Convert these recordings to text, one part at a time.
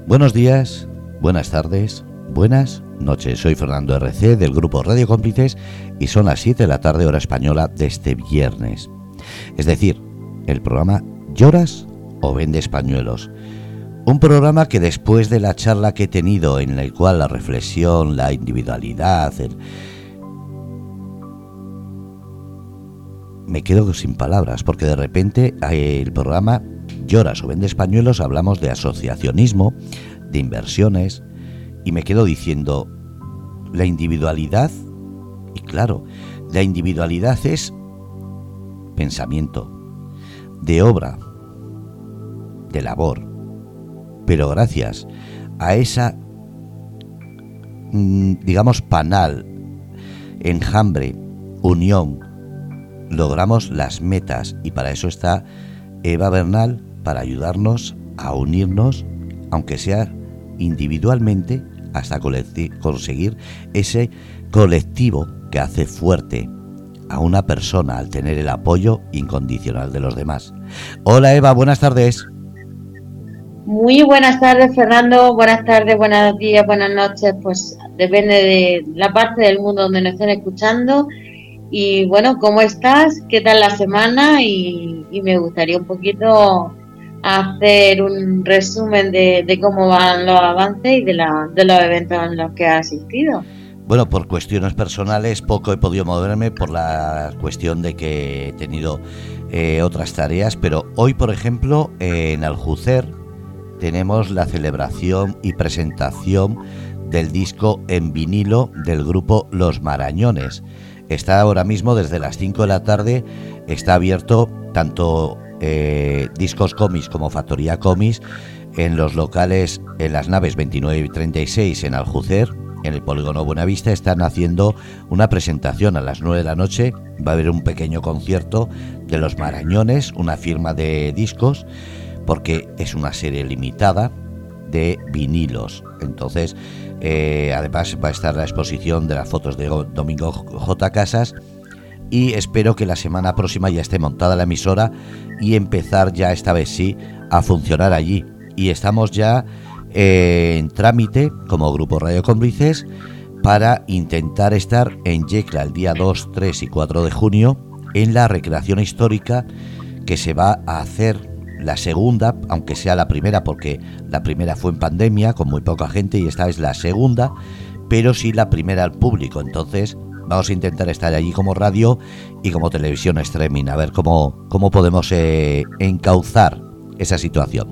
Buenos días, buenas tardes, buenas noches. Soy Fernando RC del grupo Radio Cómplices y son las 7 de la tarde hora española de este viernes. Es decir, el programa ¿Lloras o vendes pañuelos? Un programa que después de la charla que he tenido en la cual la reflexión, la individualidad, me quedo sin palabras porque de repente el programa ¿Lloras o vendes pañuelos? Hablamos de asociacionismo, de inversiones y me quedo diciendo la individualidad, y claro, la individualidad es pensamiento, de obra, de labor, pero gracias a esa, digamos, panal, enjambre, unión, logramos las metas y para eso está Eva Bernal, para ayudarnos a unirnos, aunque sea individualmente, hasta conseguir ese colectivo que hace fuerte a una persona al tener el apoyo incondicional de los demás. Hola Eva, buenas tardes. Muy buenas tardes, Fernando. Buenas tardes, buenos días, buenas noches. Pues depende de la parte del mundo donde nos estén escuchando. Y bueno, ¿cómo estás? ¿Qué tal la semana? Y me gustaría un poquito hacer un resumen de cómo van los avances y de los eventos en los que has asistido. Bueno, por cuestiones personales poco he podido moverme por la cuestión de que he tenido otras tareas, pero hoy, por ejemplo, en Aljucer tenemos la celebración y presentación del disco en vinilo del grupo Los Marañones. Está ahora mismo desde las 5 de la tarde, está abierto tanto Discos Comics como Factoría Comics en los locales, en las naves 29 y 36 en Aljucer, en el Polígono Buenavista. Están haciendo una presentación a las 9 de la noche, va a haber un pequeño concierto de Los Marañones, una firma de discos, porque es una serie limitada de vinilos. Entonces, además va a estar la exposición de las fotos de Domingo J. Casas y espero que la semana próxima ya esté montada la emisora y empezar ya esta vez sí a funcionar allí. Y estamos ya en trámite como grupo Radio Cómplices para intentar estar en Yecla el día 2, 3 y 4 de junio en la recreación histórica que se va a hacer la segunda, aunque sea la primera, porque la primera fue en pandemia con muy poca gente y esta es la segunda, pero sí la primera al público. Entonces vamos a intentar estar allí como radio y como televisión streaming, a ver cómo podemos encauzar esa situación.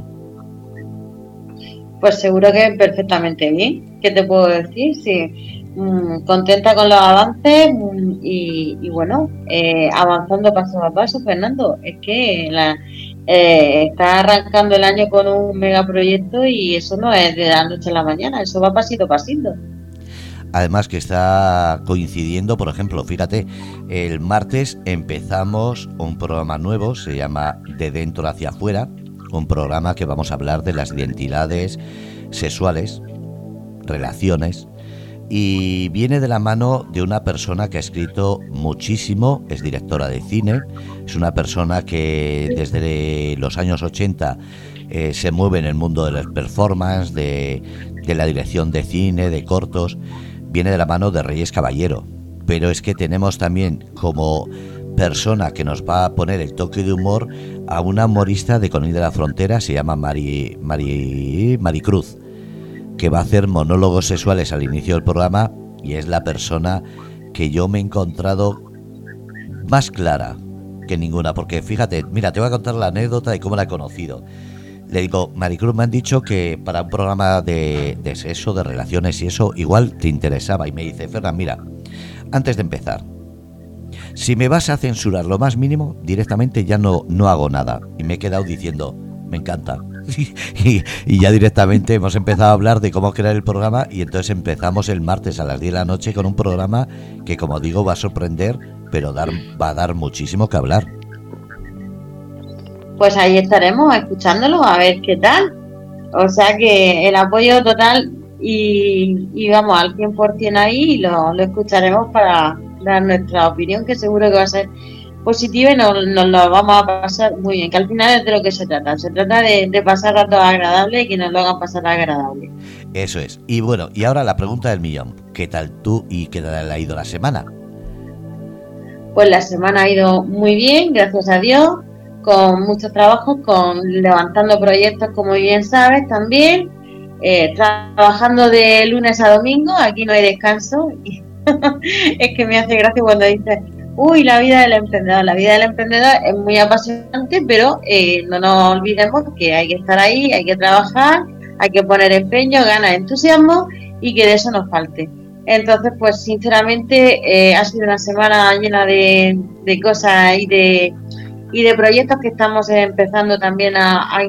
Pues seguro que perfectamente bien. ¿Qué te puedo decir? Sí, contenta con los avances y bueno, avanzando paso a paso, Fernando. Es que está arrancando el año con un megaproyecto y eso no es de la noche a la mañana, eso va pasito a pasito. Además que está coincidiendo, por ejemplo, fíjate, el martes empezamos un programa nuevo, se llama De Dentro Hacia Afuera, un programa que vamos a hablar de las identidades sexuales, relaciones, y viene de la mano de una persona que ha escrito muchísimo, es directora de cine, es una persona que desde los años 80 se mueve en el mundo de las performances, de la dirección de cine, de cortos, viene de la mano de Reyes Caballero, pero es que tenemos también como persona que nos va a poner el toque de humor a una humorista de Conil de la Frontera, se llama Maricruz, que va a hacer monólogos sexuales al inicio del programa y es la persona que yo me he encontrado más clara que ninguna, porque fíjate, mira, te voy a contar la anécdota de cómo la he conocido. Le digo, Maricruz, me han dicho que para un programa de sexo, de relaciones y eso, igual te interesaba. Y me dice, Fernan, mira, antes de empezar, si me vas a censurar lo más mínimo, directamente ya no hago nada. Y me he quedado diciendo, me encanta. Y ya directamente hemos empezado a hablar de cómo crear el programa y entonces empezamos el martes a las 10 de la noche con un programa que, como digo, va a sorprender, pero va a dar muchísimo que hablar. Pues ahí estaremos escuchándolo a ver qué tal. O sea que el apoyo total y vamos al 100% ahí y lo escucharemos para dar nuestra opinión, que seguro que va a ser positiva y nos lo vamos a pasar muy bien, que al final es de lo que se trata de pasar ratos agradables y que nos lo hagan pasar agradable. Eso es. Y bueno, y ahora la pregunta del millón, ¿qué tal tú y qué tal ha ido la semana? Pues la semana ha ido muy bien, gracias a Dios, con muchos trabajos, con levantando proyectos, como bien sabes, también, trabajando de lunes a domingo, aquí no hay descanso. Es que me hace gracia cuando dices, uy, la vida del emprendedor. La vida del emprendedor es muy apasionante, pero no nos olvidemos que hay que estar ahí, hay que trabajar, hay que poner empeño, ganas, entusiasmo y que de eso nos falte. Entonces, pues sinceramente ha sido una semana llena de cosas y de proyectos que estamos empezando también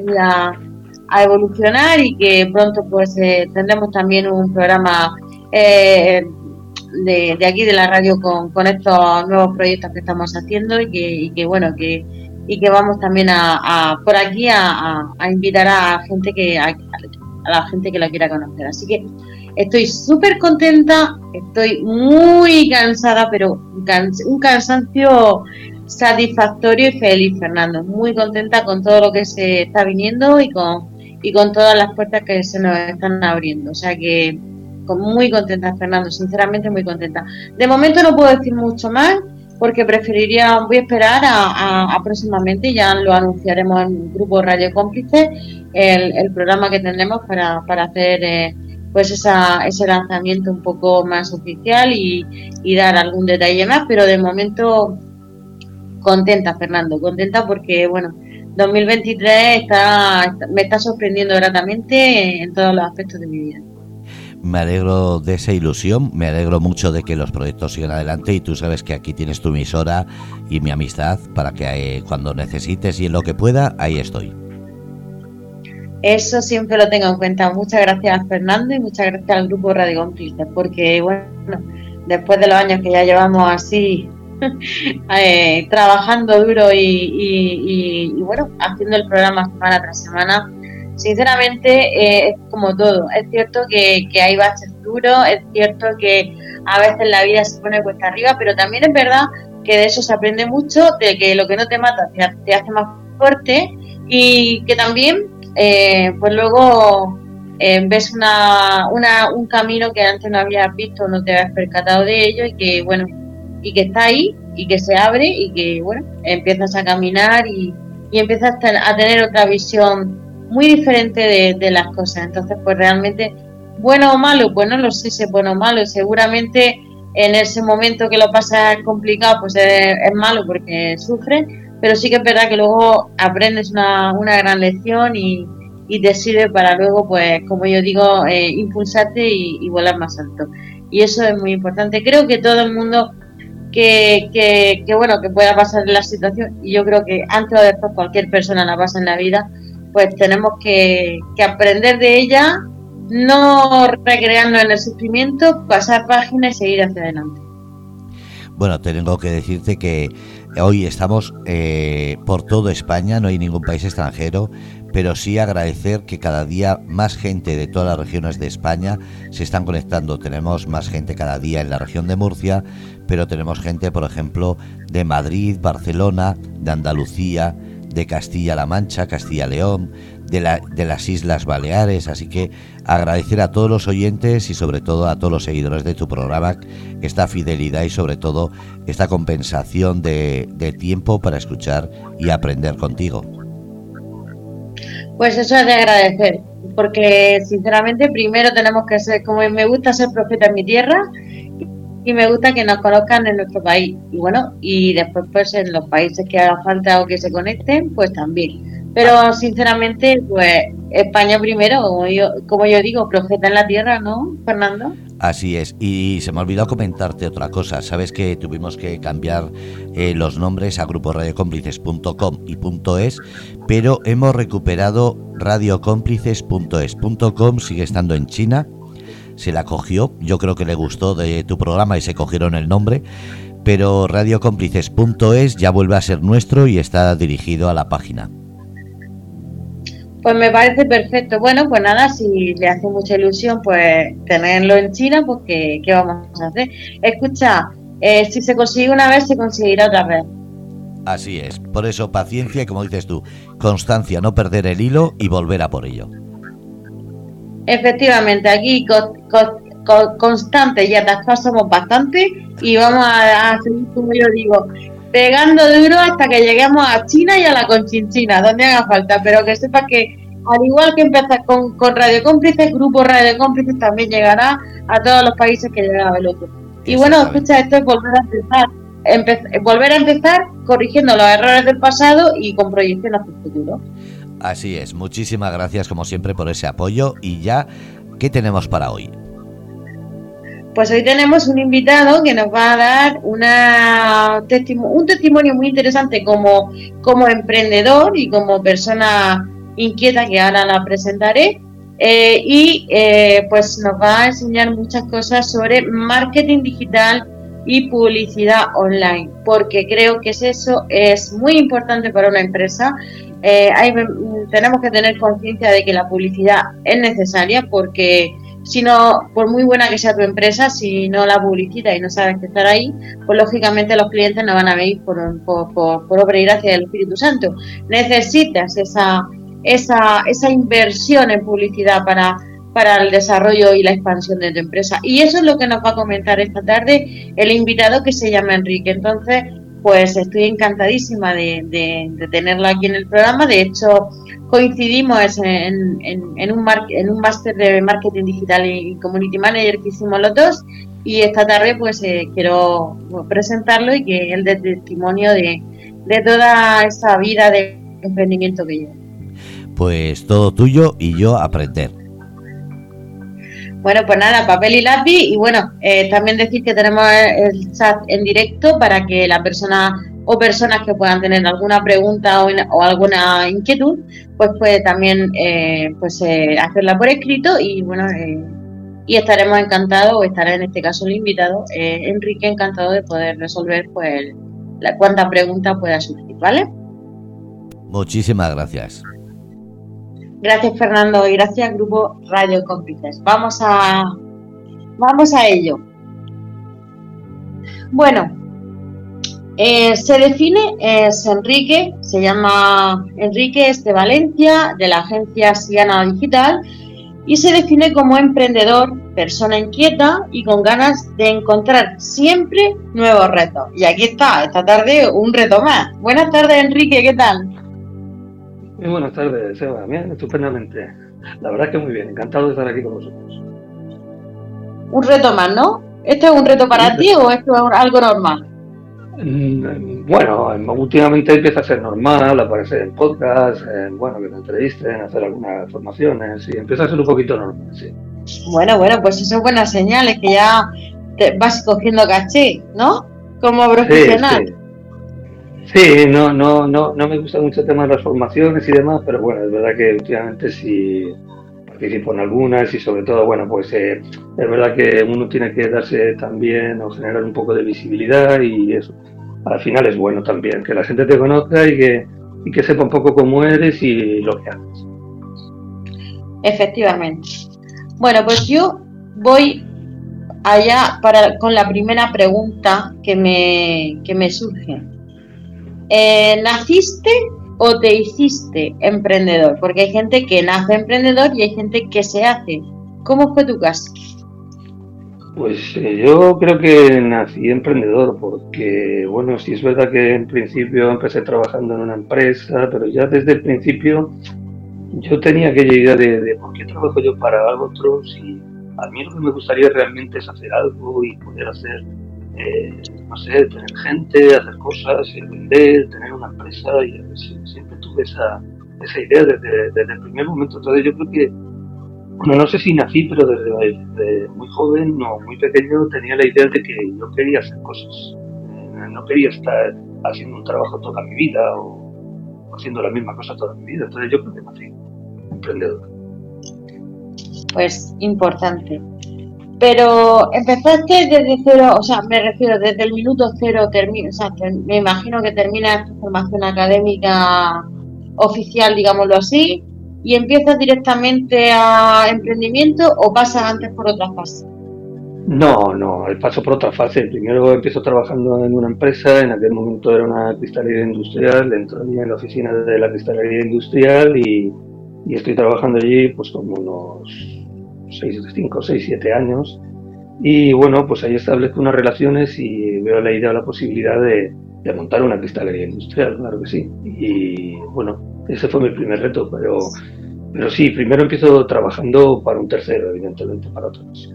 a evolucionar y que pronto pues tendremos también un programa eh, de aquí de la radio con estos nuevos proyectos que estamos haciendo y que bueno y que vamos también por aquí a invitar a gente a la gente que la quiera conocer. Así que estoy súper contenta, estoy muy cansada, pero un cansancio satisfactorio y feliz, Fernando. Muy contenta con todo lo que se está viniendo y con todas las puertas que se nos están abriendo. O sea que muy contenta, Fernando, sinceramente muy contenta. De momento no puedo decir mucho más porque voy a esperar a próximamente, ya lo anunciaremos en Grupo Radio Cómplices, el programa que tendremos para hacer pues ese lanzamiento un poco más oficial y dar algún detalle más, pero de momento contenta, Fernando, contenta porque, bueno, 2023 me está sorprendiendo gratamente en todos los aspectos de mi vida. Me alegro de esa ilusión, me alegro mucho de que los proyectos sigan adelante y tú sabes que aquí tienes tu emisora y mi amistad para que cuando necesites y en lo que pueda, ahí estoy. Eso siempre lo tengo en cuenta. Muchas gracias, Fernando, y muchas gracias al Grupo Radio Cómplices, porque bueno, después de los años que ya llevamos así trabajando duro y bueno, haciendo el programa semana tras semana, sinceramente es como todo. Es cierto que hay baches duros, es cierto que a veces la vida se pone cuesta arriba, pero también es verdad que de eso se aprende mucho, de que lo que no te mata te hace más fuerte y que también pues luego ves un camino que antes no habías visto, no te habías percatado de ello y que bueno, y que está ahí y que se abre y que bueno, empiezas a caminar y empiezas a tener otra visión muy diferente de las cosas. Entonces pues realmente, bueno o malo, pues no lo sé si es bueno o malo, seguramente en ese momento que lo pasas complicado pues es malo porque sufres, pero sí que es verdad que luego aprendes una gran lección y te sirve para luego, pues como yo digo, impulsarte y volar más alto. Y eso es muy importante. Creo que todo el mundo que bueno, que pueda pasar la situación, y yo creo que antes o después cualquier persona la pasa en la vida, pues tenemos que aprender de ella, no recrearnos en el sufrimiento, pasar páginas y seguir hacia adelante. Bueno, tengo que decirte que hoy estamos por toda España, no hay ningún país extranjero, pero sí agradecer que cada día más gente de todas las regiones de España se están conectando. Tenemos más gente cada día en la región de Murcia, pero tenemos gente, por ejemplo, de Madrid, Barcelona, de Andalucía, de Castilla-La Mancha, Castilla-León, de las Islas Baleares, así que agradecer a todos los oyentes y sobre todo a todos los seguidores de tu programa esta fidelidad y sobre todo esta compensación de tiempo para escuchar y aprender contigo. Pues eso es de agradecer, porque sinceramente primero tenemos que ser, como me gusta ser profeta en mi tierra y me gusta que nos conozcan en nuestro país y bueno, y después pues en los países que haga falta o que se conecten, pues también. Pero sinceramente, pues España primero, como yo digo, profeta en la tierra, ¿no, Fernando? Así es, y se me olvidó comentarte otra cosa. Sabes que tuvimos que cambiar los nombres a gruporadiocómplices.com y .es, pero hemos recuperado radiocómplices.es. .com sigue estando en China, se la cogió, yo creo que le gustó de tu programa y se cogieron el nombre, pero radiocómplices.es ya vuelve a ser nuestro y está dirigido a la página. Pues me parece perfecto. Bueno, pues nada, si le hace mucha ilusión pues tenerlo en China, pues ¿qué vamos a hacer? Escucha, si se consigue una vez, se conseguirá otra vez. Así es, por eso paciencia y, como dices tú, constancia, no perder el hilo y volver a por ello. Efectivamente, aquí constante y atascados somos bastante y vamos a seguir, como yo digo, pegando duro hasta que lleguemos a China y a la Conchinchina, donde haga falta, pero que sepa que al igual que empezar con Radio Cómplices, Grupo Radio Cómplices también llegará a todos los países que llegaba el otro. Y bueno, escucha, esto es volver a empezar corrigiendo los errores del pasado y con proyección hacia el futuro. Así es, muchísimas gracias como siempre por ese apoyo. Y ya, ¿qué tenemos para hoy? Pues hoy tenemos un invitado que nos va a dar un testimonio muy interesante como emprendedor y como persona inquieta, que ahora la presentaré, pues nos va a enseñar muchas cosas sobre marketing digital y publicidad online, porque creo que eso es muy importante para una empresa. Tenemos que tener conciencia de que la publicidad es necesaria, porque si no, por muy buena que sea tu empresa, si no la publicitas y no sabes que estar ahí, pues lógicamente los clientes no van a venir por obra y gracia del Espíritu Santo. Necesitas esa inversión en publicidad para el desarrollo y la expansión de tu empresa. Y eso es lo que nos va a comentar esta tarde el invitado, que se llama Enrique. Entonces, pues estoy encantadísima de tenerlo aquí en el programa. De hecho, coincidimos en un máster de marketing digital y community manager que hicimos los dos, y esta tarde pues quiero presentarlo y que él dé testimonio de toda esa vida de emprendimiento que lleva. Pues todo tuyo y yo aprender. Bueno, pues nada, papel y lápiz. Y bueno, también decir que tenemos el chat en directo para que la persona o personas que puedan tener alguna pregunta o alguna inquietud, pues puede también hacerla por escrito. Y bueno, y estaremos encantados, o estará en este caso el invitado, Enrique, encantado de poder resolver pues cuántas preguntas pueda surgir, ¿vale? Muchísimas gracias. Gracias, Fernando, y gracias, Grupo Radio Cómplices. Vamos a ello. Bueno, se define, es Enrique, se llama Enrique, es de Valencia, de la agencia Siana Digital, y se define como emprendedor, persona inquieta y con ganas de encontrar siempre nuevos retos. Y aquí está, esta tarde, un reto más. Buenas tardes, Enrique, ¿qué tal? Muy buenas tardes, Eva. Bien, estupendamente. La verdad es que muy bien, encantado de estar aquí con vosotros. Un reto más, ¿no? ¿Esto es un reto para ti o esto es algo normal? Bueno, últimamente empieza a ser normal, aparecer en podcast, que te entrevisten, hacer algunas formaciones, y empieza a ser un poquito normal, sí. Bueno, pues eso es buena señal, es que ya te vas cogiendo caché, ¿no? Como profesional. Sí. Sí, no me gusta mucho el tema de las formaciones y demás, pero bueno, es verdad que últimamente sí participo en algunas y sobre todo, bueno, pues es verdad que uno tiene que darse también o generar un poco de visibilidad, y eso al final es bueno también, que la gente te conozca y que sepa un poco cómo eres y lo que haces. Efectivamente. Bueno, pues yo voy allá con la primera pregunta que me surge. ¿Naciste o te hiciste emprendedor? Porque hay gente que nace emprendedor y hay gente que se hace. ¿Cómo fue tu caso? Pues yo creo que nací emprendedor porque, bueno, sí es verdad que en principio empecé trabajando en una empresa, pero ya desde el principio yo tenía aquella idea de por qué trabajo yo para otros, y a mí lo que me gustaría realmente es hacer algo y poder hacer, tener gente, hacer cosas, vender, tener una empresa, y siempre tuve esa idea desde el primer momento. Entonces yo creo que, bueno, no sé si nací, pero desde muy joven o muy pequeño tenía la idea de que yo quería hacer cosas. No quería estar haciendo un trabajo toda mi vida o haciendo la misma cosa toda mi vida. Entonces yo creo que nací emprendedor. Pues importante. Pero empezaste desde cero, o sea, me refiero desde el minuto cero, me imagino que terminas tu formación académica oficial, digámoslo así, y empiezas directamente a emprendimiento, o pasas antes por otras fases. No, paso por otra fase. Primero empiezo trabajando en una empresa, en aquel momento era una cristalería industrial, entro allí en la oficina de la cristalería industrial y estoy trabajando allí pues como unos 5, 6, 7 años. Y bueno, pues ahí establezco unas relaciones y veo la idea, la posibilidad de montar una cristalería industrial, claro que sí. Y bueno, ese fue mi primer reto, pero sí, primero empiezo trabajando para un tercero, evidentemente, para otros.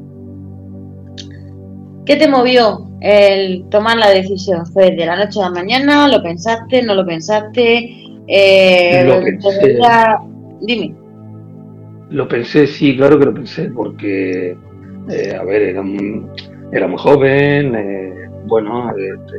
¿Qué te movió el tomar la decisión? ¿Fue de la noche a la mañana? ¿Lo pensaste? ¿No lo pensaste? Lo ¿Te pensé, veía? Dime. lo pensé, sí, claro que lo pensé, porque, a ver, era muy joven, bueno,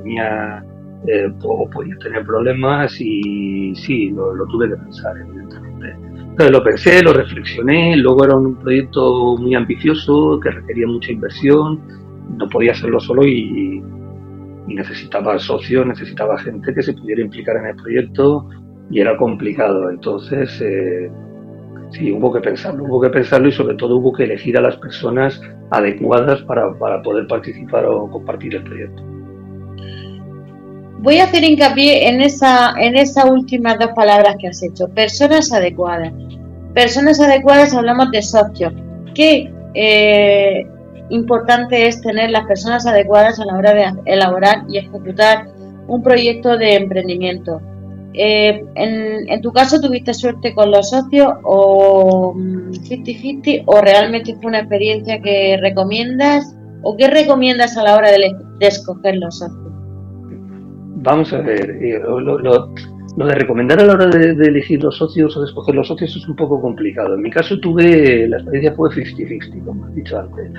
podía tener problemas y sí, lo tuve que pensar, evidentemente. Entonces lo pensé, lo reflexioné, luego era un proyecto muy ambicioso que requería mucha inversión, no podía hacerlo solo y necesitaba socios, necesitaba gente que se pudiera implicar en el proyecto y era complicado. Entonces, sí, hubo que pensarlo y sobre todo hubo que elegir a las personas adecuadas para poder participar o compartir el proyecto. Voy a hacer hincapié en esa últimas dos palabras que has hecho. Personas adecuadas. Personas adecuadas, hablamos de socios. Qué importante es tener las personas adecuadas a la hora de elaborar y ejecutar un proyecto de emprendimiento. En tu caso, ¿tuviste suerte con los socios o 50-50 o realmente fue una experiencia que recomiendas o qué recomiendas a la hora de escoger los socios? Vamos a ver, lo de recomendar a la hora de elegir los socios o de escoger los socios es un poco complicado. En mi caso la experiencia fue 50-50, como he dicho antes.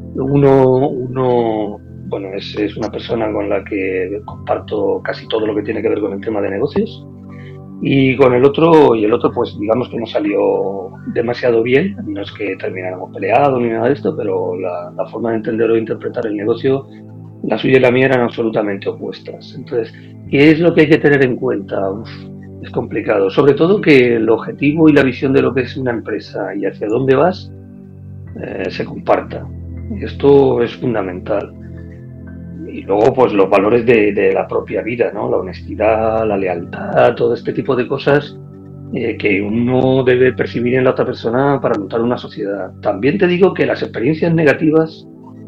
Bueno, es una persona con la que comparto casi todo lo que tiene que ver con el tema de negocios. Y con el otro pues digamos que no salió demasiado bien, no es que termináramos peleados ni nada de esto, pero la forma de entender o interpretar el negocio, la suya y la mía eran absolutamente opuestas. Entonces, ¿qué es lo que hay que tener en cuenta? Es complicado, sobre todo que el objetivo y la visión de lo que es una empresa y hacia dónde vas se comparta. Esto es fundamental. Y luego, pues los valores de la propia vida, ¿no? La honestidad, la lealtad, todo este tipo de cosas que uno debe percibir en la otra persona para montar una sociedad. También te digo que las experiencias negativas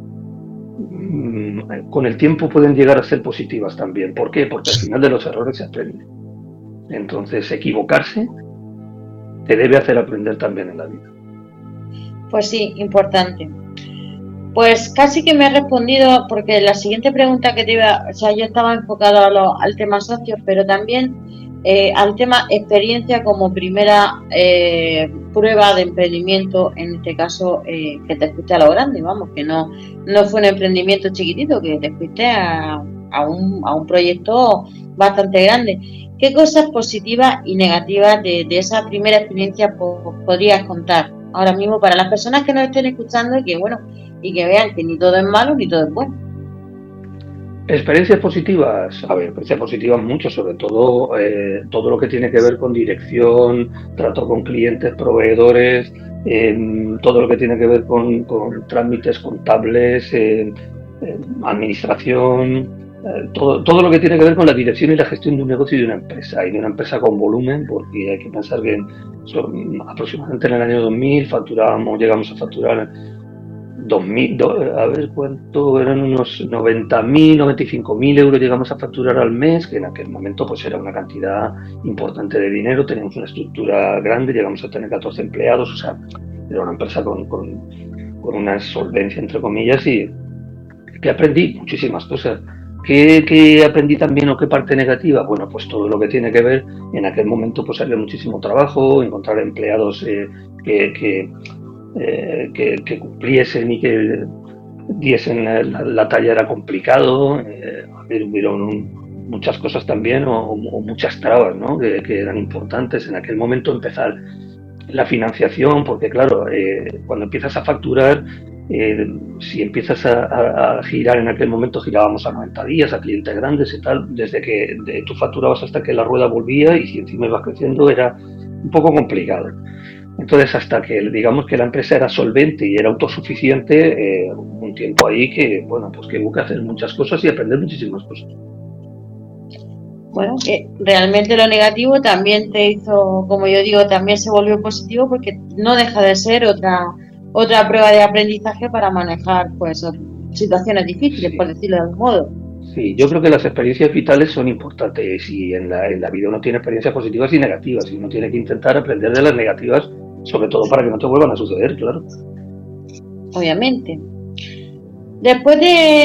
con el tiempo pueden llegar a ser positivas también. ¿Por qué? Porque al final de los errores se aprende. Entonces, equivocarse te debe hacer aprender también en la vida. Pues sí, importante. Pues casi que me he respondido, porque la siguiente pregunta que te iba, o sea, yo estaba enfocado al tema socios, pero también al tema experiencia como primera prueba de emprendimiento, en este caso que te fuiste a lo grande, vamos, que no fue un emprendimiento chiquitito, que te fuiste a un proyecto bastante grande. ¿Qué cosas positivas y negativas de esa primera experiencia podrías contar ahora mismo para las personas que nos estén escuchando y que vean que ni todo es malo ni todo es bueno? Experiencias positivas, a ver, experiencias positivas mucho, sobre todo todo lo que tiene que ver con dirección, trato con clientes, proveedores, todo lo que tiene que ver con trámites contables, administración, todo lo que tiene que ver con la dirección y la gestión de un negocio y de una empresa, y de una empresa con volumen, porque hay que pensar que aproximadamente en el año 2000 llegamos a facturar 2000, a ver cuánto eran, unos 90.000, 95.000 euros llegamos a facturar al mes, que en aquel momento pues era una cantidad importante de dinero, teníamos una estructura grande, llegamos a tener 14 empleados, o sea, era una empresa con una solvencia entre comillas y que aprendí muchísimas cosas. ¿Qué aprendí también o qué parte negativa? Bueno, pues todo lo que tiene que ver, en aquel momento pues había muchísimo trabajo, encontrar empleados que cumpliesen y que diesen la talla era complicado. Hubieron muchas cosas también o muchas trabas, ¿no? que eran importantes. En aquel momento empezar la financiación, porque claro, cuando empiezas a facturar, si empiezas a girar, en aquel momento girábamos a 90 días, a clientes grandes y tal, desde que tú facturabas hasta que la rueda volvía y si encima ibas creciendo era un poco complicado. Entonces, hasta que digamos que la empresa era solvente y era autosuficiente, un tiempo ahí que, bueno, pues que hubo que hacer muchas cosas y aprender muchísimas cosas. Bueno, que realmente lo negativo también te hizo, como yo digo, también se volvió positivo porque no deja de ser otra prueba de aprendizaje para manejar pues situaciones difíciles, Sí. por decirlo de algún modo. Sí, yo creo que las experiencias vitales son importantes y en la vida uno tiene experiencias positivas y negativas y uno tiene que intentar aprender de las negativas, sobre todo para que no te vuelvan a suceder, claro. Obviamente. Después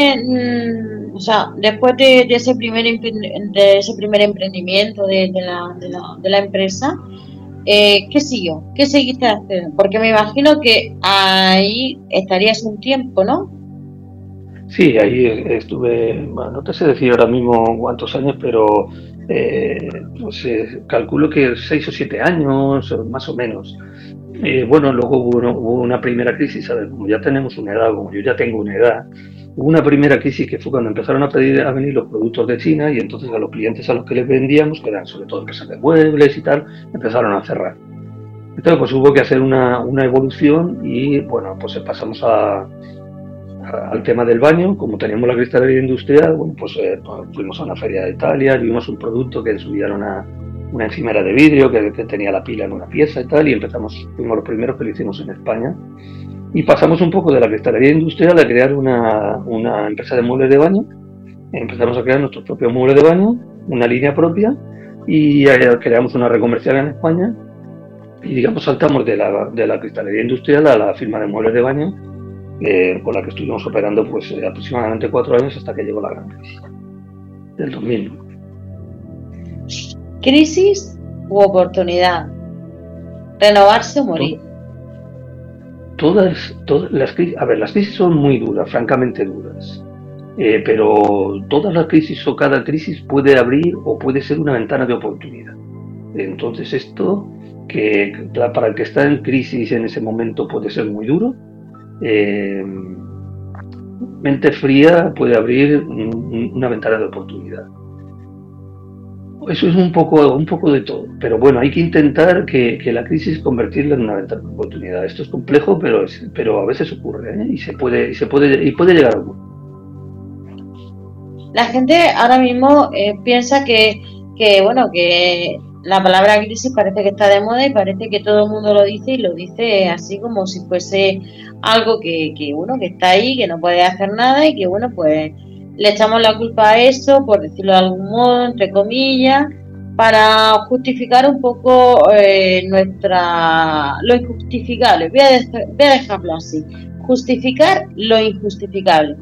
de ese primer emprendimiento de la empresa, ¿qué siguió? ¿Qué seguiste haciendo? Porque me imagino que ahí estarías un tiempo, ¿no? Sí, ahí estuve, bueno, no te sé decir ahora mismo cuántos años, pero pues, calculo que 6 o 7 años, más o menos. Bueno, luego hubo una primera crisis, ¿sabes? Como ya tenemos una edad, como yo ya tengo una edad, hubo una primera crisis que fue cuando empezaron a venir los productos de China y entonces a los clientes a los que les vendíamos, que eran sobre todo empresas de muebles y tal, empezaron a cerrar. Entonces pues hubo que hacer una evolución y bueno, pues pasamos al tema del baño. Como teníamos la cristalería industrial, bueno, pues fuimos a una feria de Italia, vimos un producto que en su día era una encimera de vidrio que tenía la pila en una pieza y tal, y fuimos los primeros que lo hicimos en España. Y pasamos un poco de la cristalería industrial a crear una empresa de muebles de baño. Empezamos a crear nuestros propios muebles de baño, una línea propia, y creamos una red comercial en España. Y digamos, saltamos de la cristalería industrial a la firma de muebles de baño, con la que estuvimos operando pues aproximadamente 4 años hasta que llegó la gran crisis del 2009. ¿Crisis u oportunidad? ¿Renovarse o morir? Todas las crisis, a ver, las crisis son muy duras, francamente duras, pero todas las crisis o cada crisis puede abrir o puede ser una ventana de oportunidad. Entonces esto, que para el que está en crisis en ese momento puede ser muy duro, mente fría puede abrir una ventana de oportunidad. Eso es un poco de todo, pero bueno, hay que intentar que la crisis convertirla en una ventana de oportunidad. Esto es complejo, pero a veces ocurre, ¿eh? Y puede llegar a ocurrir. La gente ahora mismo piensa bueno, que la palabra crisis parece que está de moda y parece que todo el mundo lo dice y lo dice así como si fuese algo bueno, que está ahí, que no puede hacer nada y que bueno, pues le echamos la culpa a eso, por decirlo de algún modo, entre comillas, para justificar un poco lo injustificable. Voy a dejarlo así, justificar lo injustificable.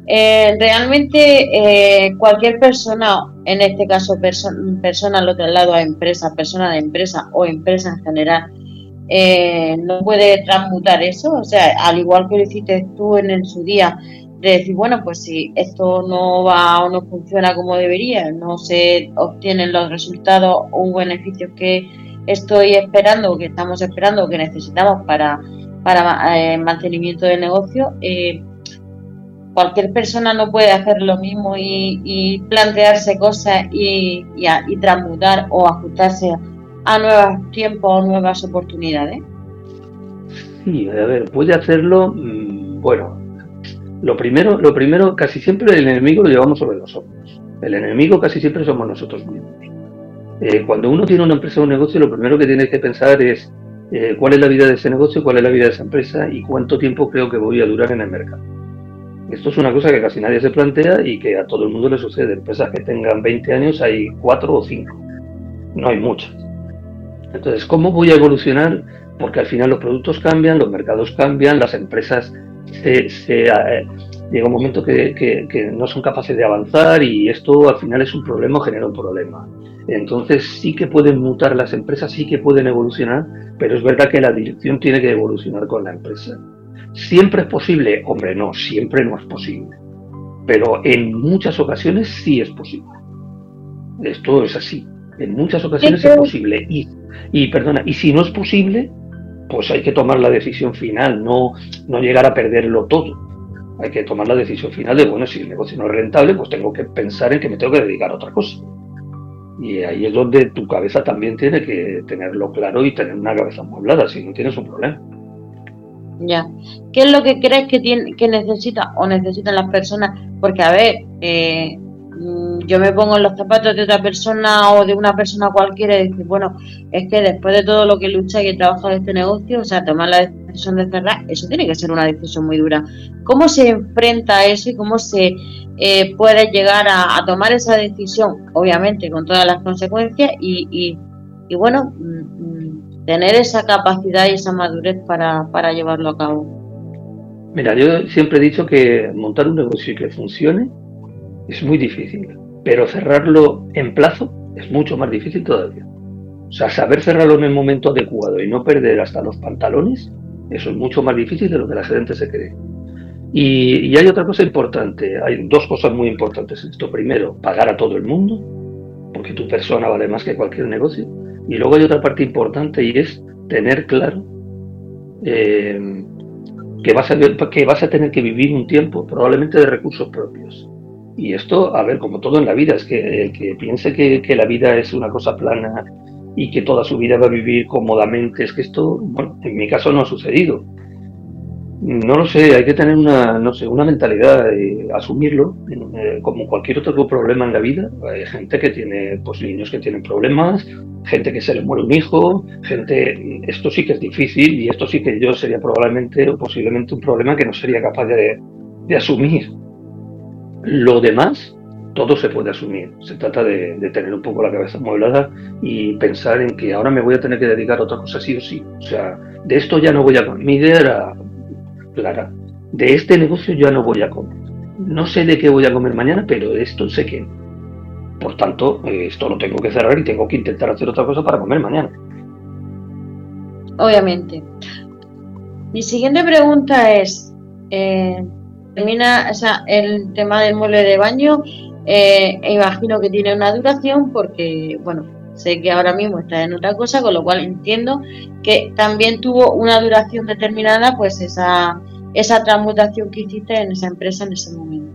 Realmente cualquier persona, en este caso persona lo traslado a empresa, persona de empresa o empresa en general, no puede transmutar eso, o sea, al igual que lo hiciste tú en su día, de decir, bueno, pues si esto no va o no funciona como debería, no se obtienen los resultados o beneficios que estoy esperando, o que estamos esperando, o que necesitamos para mantenimiento del negocio, cualquier persona no puede hacer lo mismo y plantearse cosas y transmutar o ajustarse a nuevos tiempos o nuevas oportunidades. Sí, a ver, puede hacerlo, bueno, lo primero, casi siempre el enemigo lo llevamos sobre los hombros. El enemigo casi siempre somos nosotros mismos. Cuando uno tiene una empresa o un negocio, lo primero que tiene que pensar es cuál es la vida de ese negocio, cuál es la vida de esa empresa y cuánto tiempo creo que voy a durar en el mercado. Esto es una cosa que casi nadie se plantea y que a todo el mundo le sucede. Empresas que tengan 20 años hay 4 o 5, no hay muchas. Entonces, ¿cómo voy a evolucionar? Porque al final los productos cambian, los mercados cambian, las empresas llega un momento que no son capaces de avanzar y esto al final es un problema o genera un problema. Entonces sí que pueden mutar las empresas, sí que pueden evolucionar, pero es verdad que la dirección tiene que evolucionar con la empresa. ¿Siempre es posible? Hombre, no, siempre no es posible. Pero en muchas ocasiones sí es posible. Esto es así. En muchas ocasiones es posible. Y si no es posible, pues hay que tomar la decisión final, no llegar a perderlo todo. Hay que tomar la decisión final de, bueno, si el negocio no es rentable, pues tengo que pensar en que me tengo que dedicar a otra cosa. Y ahí es donde tu cabeza también tiene que tenerlo claro y tener una cabeza amueblada, si no tienes un problema. Ya. ¿Qué es lo que crees que necesita o necesitan las personas? Porque, a ver, yo me pongo en los zapatos de otra persona o de una persona cualquiera y decir, bueno, es que después de todo lo que lucha y he trabajado en este negocio, o sea, tomar la decisión de cerrar, eso tiene que ser una decisión muy dura. ¿Cómo se enfrenta a eso y cómo se puede llegar a tomar esa decisión? Obviamente, con todas las consecuencias y bueno, tener esa capacidad y esa madurez para llevarlo a cabo. Mira, yo siempre he dicho que montar un negocio y que funcione es muy difícil, pero cerrarlo en plazo es mucho más difícil todavía. O sea, saber cerrarlo en el momento adecuado y no perder hasta los pantalones, eso es mucho más difícil de lo que la gente se cree. Y hay otra cosa importante, hay dos cosas muy importantes en esto. Primero, pagar a todo el mundo, porque tu persona vale más que cualquier negocio. Y luego hay otra parte importante y es tener claro que vas a tener que vivir un tiempo probablemente de recursos propios. Y esto, a ver, como todo en la vida, es que el que piense que la vida es una cosa plana y que toda su vida va a vivir cómodamente, es que esto, bueno, en mi caso no ha sucedido. No lo sé, hay que tener una mentalidad, asumirlo, como cualquier otro problema en la vida. Hay gente que tiene, pues niños que tienen problemas, gente que se le muere un hijo, esto sí que es difícil y esto sí que yo sería probablemente o posiblemente un problema que no sería capaz de asumir. Lo demás, todo se puede asumir. Se trata de tener un poco la cabeza amueblada y pensar en que ahora me voy a tener que dedicar a otra cosa sí o sí. O sea, de esto ya no voy a comer. Mi idea era clara. De este negocio ya no voy a comer. No sé de qué voy a comer mañana, pero de esto sé que. Por tanto, esto lo tengo que cerrar y tengo que intentar hacer otra cosa para comer mañana. Obviamente. Mi siguiente pregunta es, termina, o sea, el tema del mueble de baño, imagino que tiene una duración porque, bueno, sé que ahora mismo está en otra cosa, con lo cual entiendo que también tuvo una duración determinada, pues esa transmutación que hiciste en esa empresa en ese momento.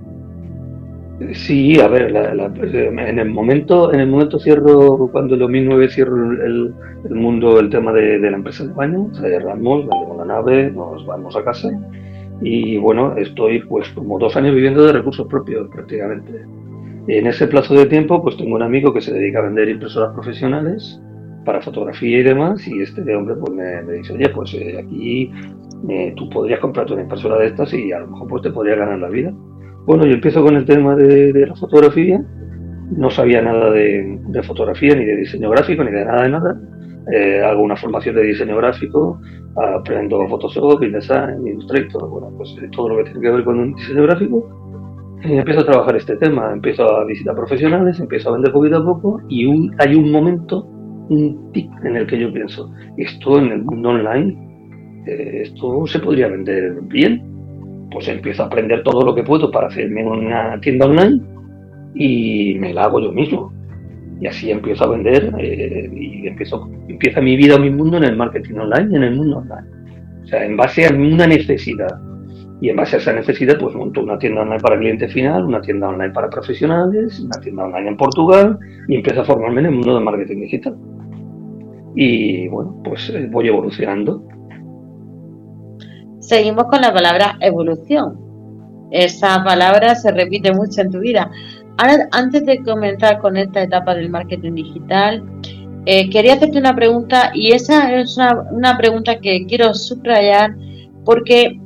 Sí, a ver, en el momento cierro, cuando en 2009 cierro el mundo, el tema de la empresa de baño, cerramos, vendemos la nave, nos vamos a casa y bueno, estoy pues como 2 años viviendo de recursos propios prácticamente. En ese plazo de tiempo pues tengo un amigo que se dedica a vender impresoras profesionales para fotografía y demás y este hombre pues me dice, oye, pues aquí tú podrías comprarte una impresora de estas y a lo mejor pues te podría ganar la vida. Bueno, yo empiezo con el tema de la fotografía, no sabía nada de fotografía, ni de diseño gráfico, ni de nada. Hago una formación de diseño gráfico, aprendo Photoshop, InDesign, Illustrator, bueno, pues todo lo que tiene que ver con un diseño gráfico. Empiezo a trabajar este tema, empiezo a visitar profesionales, empiezo a vender poquito a poco y hay un momento, un tic en el que yo pienso, esto en el mundo online, esto se podría vender bien. Pues empiezo a aprender todo lo que puedo para hacerme una tienda online y me la hago yo mismo. Y así empiezo a vender y empieza mi vida o mi mundo en el marketing online y en el mundo online. O sea, en base a una necesidad. Y en base a esa necesidad, pues monto una tienda online para cliente final, una tienda online para profesionales, una tienda online en Portugal y empiezo a formarme en el mundo del marketing digital. Y bueno, pues voy evolucionando. Seguimos con la palabra evolución. Esa palabra se repite mucho en tu vida. Ahora, antes de comenzar con esta etapa del marketing digital, quería hacerte una pregunta y esa es una pregunta que quiero subrayar porque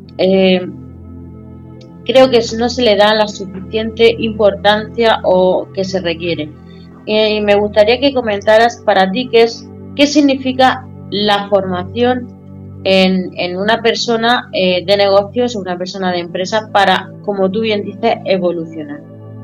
creo que no se le da la suficiente importancia o que se requiere. Y me gustaría que comentaras para ti qué significa la formación en una persona de negocios o una persona de empresa para, como tú bien dices, evolucionar.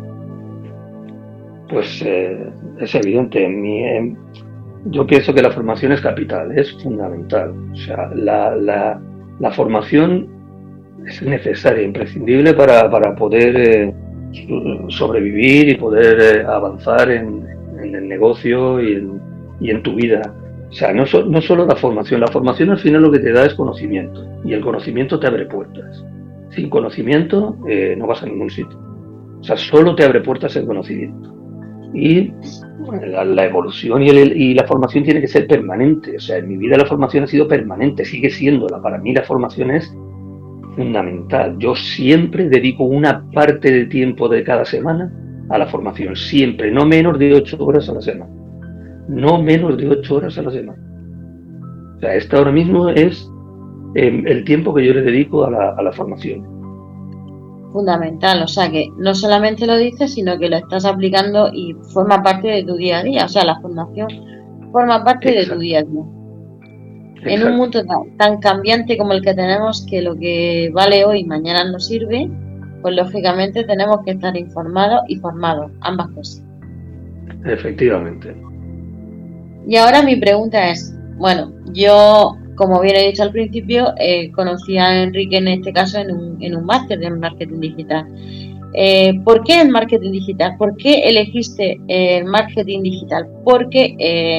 Pues es evidente. Yo pienso que la formación es capital, es fundamental. O sea, la formación es necesaria, imprescindible para poder sobrevivir y poder avanzar en el negocio y en tu vida. O sea, no solo la formación al final lo que te da es conocimiento y el conocimiento te abre puertas. Sin conocimiento no vas a ningún sitio. O sea, solo te abre puertas el conocimiento. Y la evolución y la formación tiene que ser permanente. O sea, en mi vida la formación ha sido permanente, sigue siéndola. Para mí la formación es fundamental. Yo siempre dedico una parte de tiempo de cada semana a la formación, siempre, no menos de 8 horas a la semana. No menos de 8 horas a la semana. O sea, esta ahora mismo es el tiempo que yo le dedico a la formación. Fundamental, o sea que no solamente lo dices, sino que lo estás aplicando y forma parte de tu día a día, o sea, la formación forma parte de tu día a día. En un mundo tan cambiante como el que tenemos, que lo que vale hoy mañana no sirve, pues lógicamente tenemos que estar informados y formados, ambas cosas. Efectivamente. Y ahora mi pregunta es, bueno, yo, como bien he dicho al principio, conocí a Enrique en este caso en un máster de marketing digital. ¿Por qué el marketing digital? ¿Por qué elegiste el marketing digital? Porque,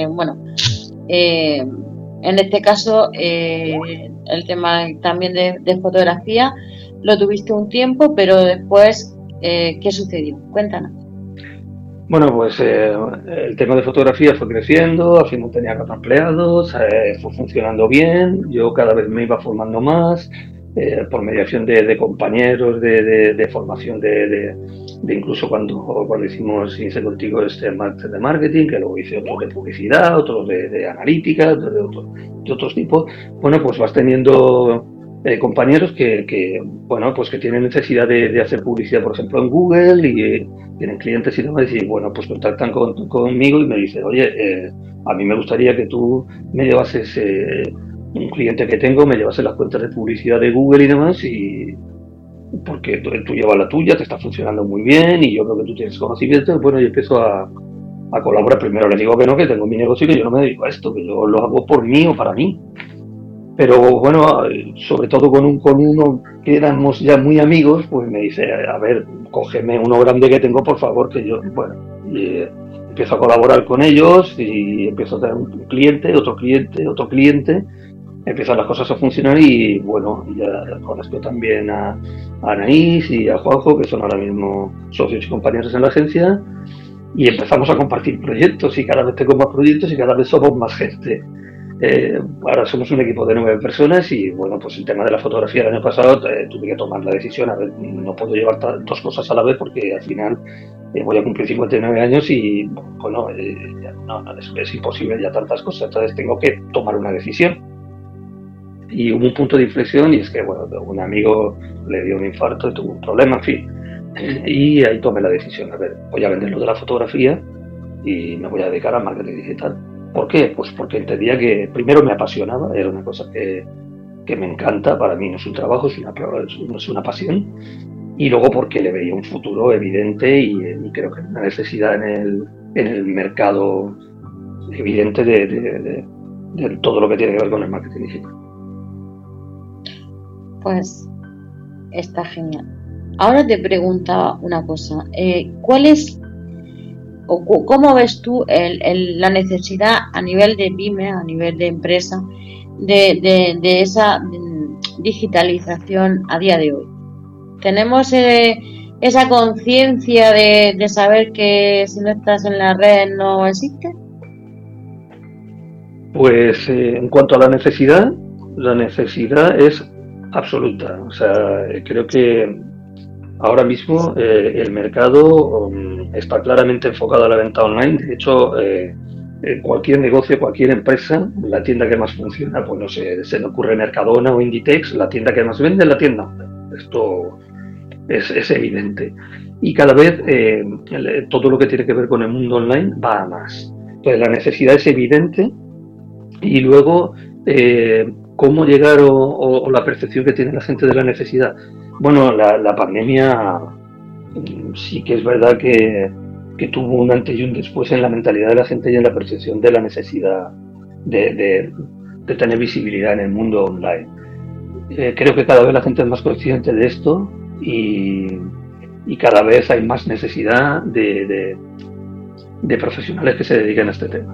en este caso, el tema también de fotografía lo tuviste un tiempo, pero después, ¿qué sucedió? Cuéntanos. Bueno, pues el tema de fotografía fue creciendo, al final tenía 4 empleados, fue funcionando bien, yo cada vez me iba formando más, por mediación de compañeros de formación, de incluso cuando hicimos, hice contigo este máster de marketing, que luego hice otros de publicidad, otros de analítica, de otros tipos. Bueno, pues vas teniendo compañeros que tienen necesidad de hacer publicidad, por ejemplo, en Google, y tienen clientes y demás, y bueno, pues contactan conmigo y me dicen, oye, a mí me gustaría que tú me llevases, un cliente que tengo, me llevase las cuentas de publicidad de Google y demás, y porque tú llevas la tuya, te está funcionando muy bien y yo creo que tú tienes conocimiento. Bueno, yo empiezo a colaborar. Primero les digo que no, que tengo mi negocio y que yo no me dedico a esto, que yo lo hago por mí o para mí. Pero bueno, sobre todo con uno que éramos ya muy amigos, pues me dice, a ver, cógeme uno grande que tengo, por favor, que yo, bueno, empiezo a colaborar con ellos y empiezo a tener un cliente, otro cliente, empiezan las cosas a funcionar y bueno, ya conozco también a Anaís y a Juanjo, que son ahora mismo socios y compañeros en la agencia, y empezamos a compartir proyectos y cada vez tengo más proyectos y cada vez somos más gente. Ahora somos un equipo de 9 personas y bueno, pues el tema de la fotografía el año pasado tuve que tomar la decisión, a ver, no puedo llevar 2 cosas a la vez porque al final voy a cumplir 59 años y bueno, es imposible ya tantas cosas, entonces tengo que tomar una decisión. Y hubo un punto de inflexión y es que, bueno, un amigo le dio un infarto y tuvo un problema, en fin. Y ahí tomé la decisión, a ver, voy a vender lo de la fotografía y me voy a dedicar al marketing digital. ¿Por qué? Pues porque entendía que primero me apasionaba, era una cosa que me encanta, para mí no es un trabajo, es una pasión. Y luego porque le veía un futuro evidente y creo que una necesidad en el mercado evidente de todo lo que tiene que ver con el marketing digital. Pues está genial. Ahora te preguntaba una cosa, ¿cuál es o cómo ves tú la necesidad a nivel de pyme, a nivel de empresa, de esa digitalización a día de hoy? ¿Tenemos esa conciencia de saber que si no estás en la red no existe? Pues en cuanto a la necesidad es absoluta. O sea, creo que ahora mismo el mercado está claramente enfocado a la venta online. De hecho, cualquier negocio, cualquier empresa, la tienda que más funciona, pues no sé, se me ocurre Mercadona o Inditex, la tienda que más vende es la tienda online. Esto es evidente. Y cada vez todo lo que tiene que ver con el mundo online va a más. Entonces la necesidad es evidente y luego cómo llegar o la percepción que tiene la gente de la necesidad. Bueno, la pandemia sí que es verdad que tuvo un antes y un después en la mentalidad de la gente y en la percepción de la necesidad de tener visibilidad en el mundo online. Creo que cada vez la gente es más consciente de esto y cada vez hay más necesidad de profesionales que se dediquen a este tema.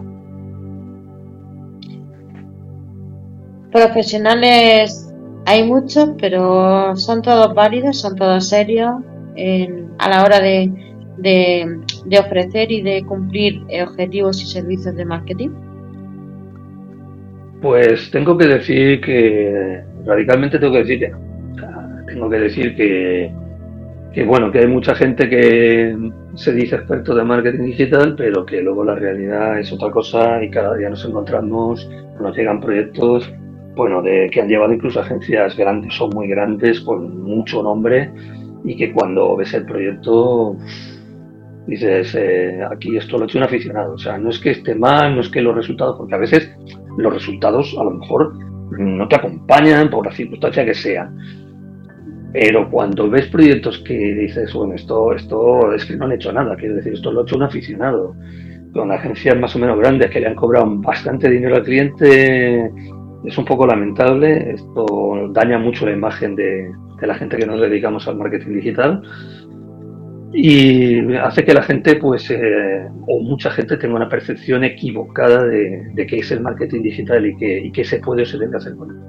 Profesionales hay muchos, pero son todos válidos, son todos serios a la hora de de ofrecer y de cumplir objetivos y servicios de marketing? Pues tengo que decir que, radicalmente tengo que decir que no. O sea, tengo que decir que bueno, que hay mucha gente que se dice experto de marketing digital, pero que luego la realidad es otra cosa y cada día nos encontramos, nos llegan proyectos, bueno, que han llevado incluso agencias grandes o muy grandes con mucho nombre y que cuando ves el proyecto dices, aquí esto lo ha hecho un aficionado. O sea, no es que esté mal, no es que los resultados, porque a veces los resultados a lo mejor no te acompañan por la circunstancia que sea. Pero cuando ves proyectos que dices, bueno, esto es que no han hecho nada, quiero decir, esto lo ha hecho un aficionado, con agencias más o menos grandes que le han cobrado bastante dinero al cliente, es un poco lamentable. Esto daña mucho la imagen de la gente que nos dedicamos al marketing digital y hace que la gente, pues, o mucha gente tenga una percepción equivocada de qué es el marketing digital y qué se puede o se debe hacer con él.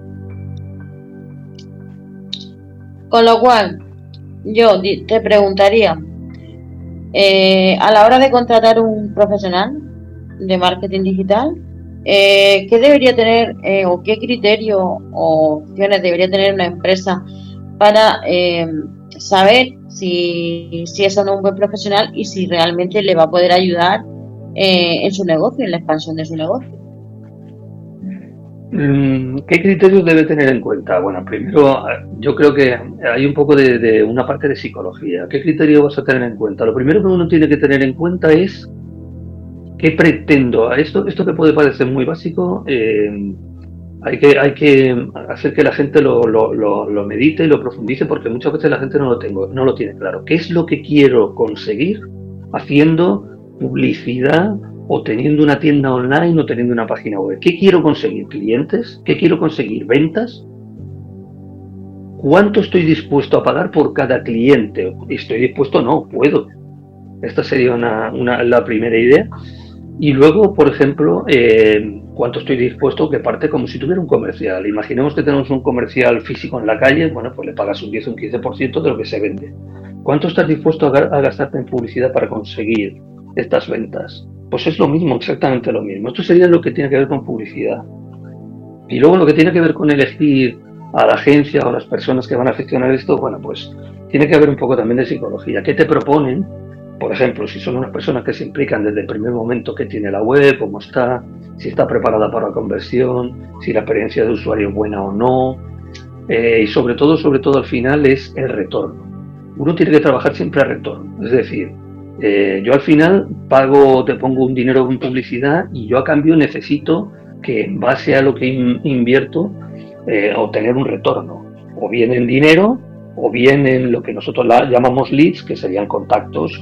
Con lo cual, yo te preguntaría, a la hora de contratar un profesional de marketing digital, ¿qué debería tener o qué criterio o opciones debería tener una empresa para saber si es o no un buen profesional y si realmente le va a poder ayudar en su negocio, en la expansión de su negocio? ¿Qué criterios debe tener en cuenta? Bueno, primero yo creo que hay un poco de una parte de psicología. ¿Qué criterio vas a tener en cuenta? Lo primero que uno tiene que tener en cuenta es qué pretendo. Esto que puede parecer muy básico, hay que hacer que la gente lo medite y lo profundice, porque muchas veces la gente no lo tiene claro. ¿Qué es lo que quiero conseguir haciendo publicidad o teniendo una tienda online o teniendo una página web? ¿Qué quiero conseguir? ¿Clientes? ¿Qué quiero conseguir? ¿Ventas? ¿Cuánto estoy dispuesto a pagar por cada cliente? ¿Estoy dispuesto? No, puedo. Esta sería la primera idea. Y luego, por ejemplo, cuánto estoy dispuesto, que parte como si tuviera un comercial. Imaginemos que tenemos un comercial físico en la calle, bueno, pues le pagas un 10 o un 15% de lo que se vende. ¿Cuánto estás dispuesto a gastarte en publicidad para conseguir estas ventas? Pues es lo mismo, exactamente lo mismo. Esto sería lo que tiene que ver con publicidad. Y luego lo que tiene que ver con elegir a la agencia o a las personas que van a gestionar esto, bueno, pues tiene que haber un poco también de psicología. ¿Qué te proponen? Por ejemplo, si son unas personas que se implican desde el primer momento que tiene la web, cómo está, si está preparada para la conversión, si la experiencia de usuario es buena o no, y sobre todo al final es el retorno. Uno tiene que trabajar siempre a retorno, es decir, yo al final te pongo un dinero en publicidad y yo a cambio necesito que en base a lo que invierto obtener un retorno, o bien en dinero o bien en lo que nosotros llamamos leads, que serían contactos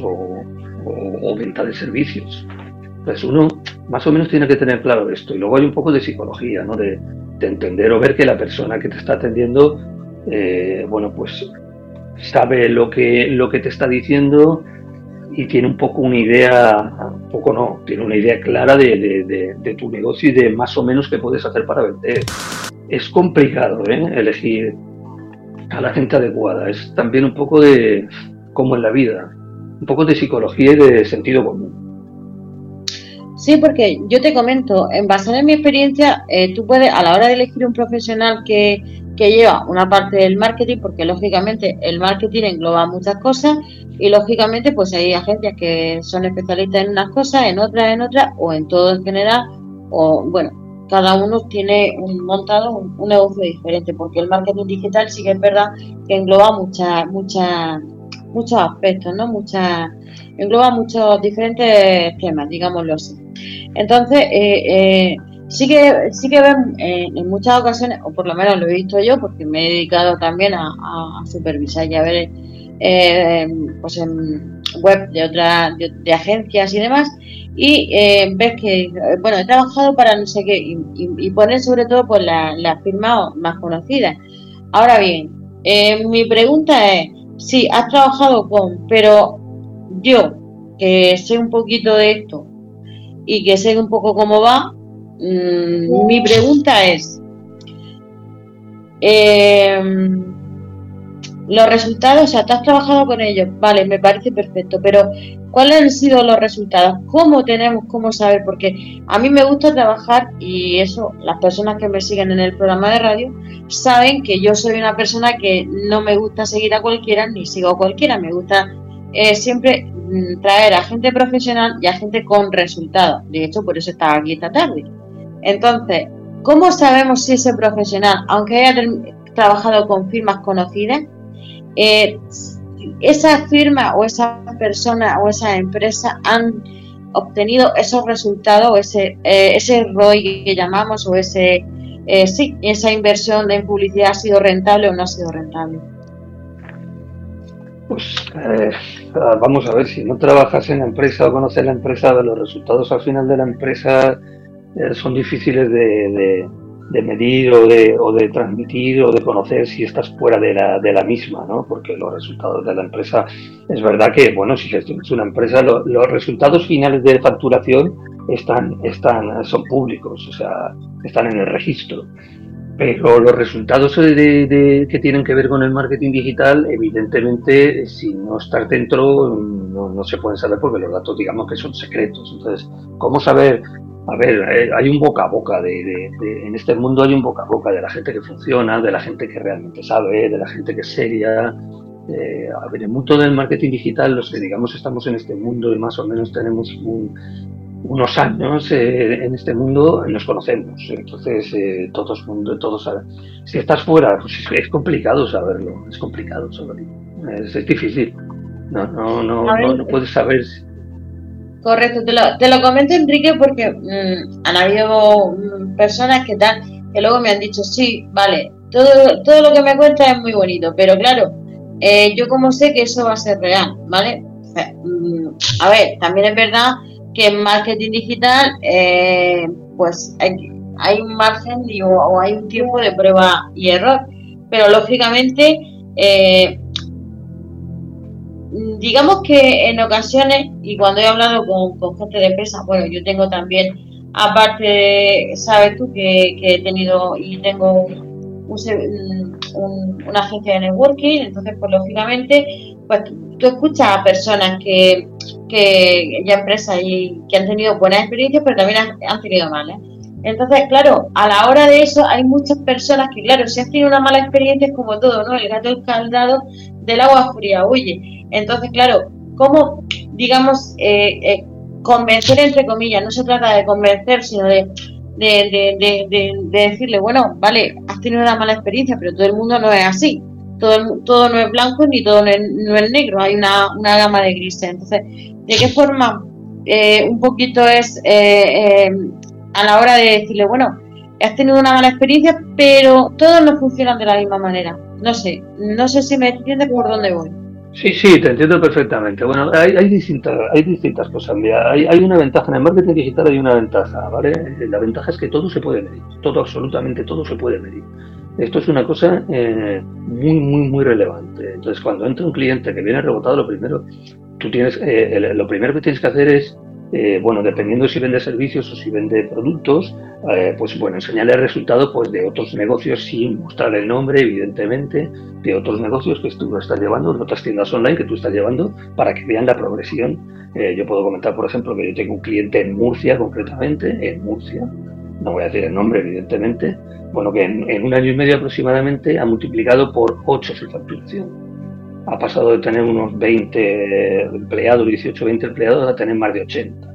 o venta de servicios. Entonces uno más o menos tiene que tener claro esto. Y luego hay un poco de psicología, ¿no? De entender o ver que la persona que te está atendiendo, bueno, pues sabe lo que te está diciendo y tiene un poco una idea, tiene una idea clara de tu negocio y de más o menos qué puedes hacer para vender. Es complicado, elegir a la gente adecuada. Es también un poco de, como en la vida, un poco de psicología y de sentido común. Sí, porque yo te comento, en base en mi experiencia, tú puedes, a la hora de elegir un profesional que lleva una parte del marketing, porque lógicamente el marketing engloba muchas cosas y lógicamente pues hay agencias que son especialistas en unas cosas, en otras, o en todo en general, o bueno, cada uno tiene montado un negocio diferente, porque el marketing digital sí que es verdad que engloba muchos aspectos, ¿no? Engloba muchos diferentes temas, digámoslo así. Entonces, sí que ven en muchas ocasiones, o por lo menos lo he visto yo, porque me he dedicado también a supervisar y a ver pues en web de agencias y demás, y ves que, bueno, he trabajado para no sé qué, y poner sobre todo pues las firmas más conocidas. Ahora bien, mi pregunta es, sí, has trabajado pero yo, que sé un poquito de esto y que sé un poco cómo va, mi pregunta es, Los resultados, o sea, tú has trabajado con ellos, vale, me parece perfecto, pero ¿cuáles han sido los resultados? ¿Cómo saber? Porque a mí me gusta trabajar y eso, las personas que me siguen en el programa de radio saben que yo soy una persona que no me gusta seguir a cualquiera ni sigo a cualquiera, me gusta siempre traer a gente profesional y a gente con resultados. De hecho, por eso estaba aquí esta tarde. Entonces, ¿cómo sabemos si ese profesional, aunque haya trabajado con firmas conocidas, esa firma o esa persona o esa empresa han obtenido esos resultados o ese ROI que llamamos o esa inversión en publicidad ha sido rentable o no ha sido rentable? Pues vamos a ver, si no trabajas en la empresa o conoces la empresa, los resultados al final de la empresa son difíciles de medir o de transmitir o de conocer si estás fuera de la misma, ¿no? Porque los resultados de la empresa, es verdad que, bueno, si gestionas una empresa, los resultados finales de facturación son públicos, o sea, están en el registro. Pero los resultados que tienen que ver con el marketing digital, evidentemente, si no estás dentro, no se pueden saber porque los datos, digamos que son secretos. Entonces, ¿cómo saber? A ver, hay un boca a boca en este mundo hay un boca a boca de la gente que funciona, de la gente que realmente sabe, de la gente que es seria. A ver, el mundo del marketing digital, los que digamos estamos en este mundo y más o menos tenemos unos años en este mundo, nos conocemos. Entonces, todos si estás fuera, pues es complicado saberlo, es difícil. No puedes saber. Correcto, te lo comento, Enrique, porque han habido personas que luego me han dicho, sí, vale, todo lo que me cuentas es muy bonito, pero claro, yo como sé que eso va a ser real, ¿vale? A ver, también es verdad que en marketing digital, pues hay un margen o hay un tiempo de prueba y error, pero lógicamente, digamos que en ocasiones, y cuando he hablado con gente de empresa, bueno, yo tengo también, aparte, sabes tú que he tenido y tengo una agencia de networking, entonces pues lógicamente pues tú escuchas a personas que ya empresas y que han tenido buenas experiencias, pero también han tenido malas. Entonces, claro, a la hora de eso hay muchas personas que, claro, si has tenido una mala experiencia es como todo, ¿no? El gato escaldado del agua fría huye. Entonces, claro, ¿cómo, digamos, convencer, entre comillas? No se trata de convencer, sino de decirle, bueno, vale, has tenido una mala experiencia, pero todo el mundo no es así. Todo no es blanco ni todo no es negro, hay una gama de grises. Entonces, ¿de qué forma un poquito es a la hora de decirle, bueno, has tenido una mala experiencia, pero todos no funcionan de la misma manera? No sé si me entiendes por dónde voy. Sí, te entiendo perfectamente. Bueno, hay distintas cosas. Mira, hay una ventaja en el marketing digital, hay una ventaja, ¿vale? La ventaja es que todo se puede medir, absolutamente todo se puede medir. Esto es una cosa muy relevante. Entonces, cuando entra un cliente que viene rebotado, lo primero que tienes que hacer es, bueno, dependiendo si vende servicios o si vende productos, pues bueno, enseñarle el resultado pues de otros negocios sin mostrar el nombre, evidentemente, de otros negocios que tú estás llevando, de otras tiendas online que tú estás llevando, para que vean la progresión. Yo puedo comentar, por ejemplo, que yo tengo un cliente en Murcia, concretamente, no voy a decir el nombre, evidentemente, bueno, que en un año y medio aproximadamente ha multiplicado por 8 su facturación. Ha pasado de tener unos 20 empleados, 18, 20 empleados, a tener más de 80.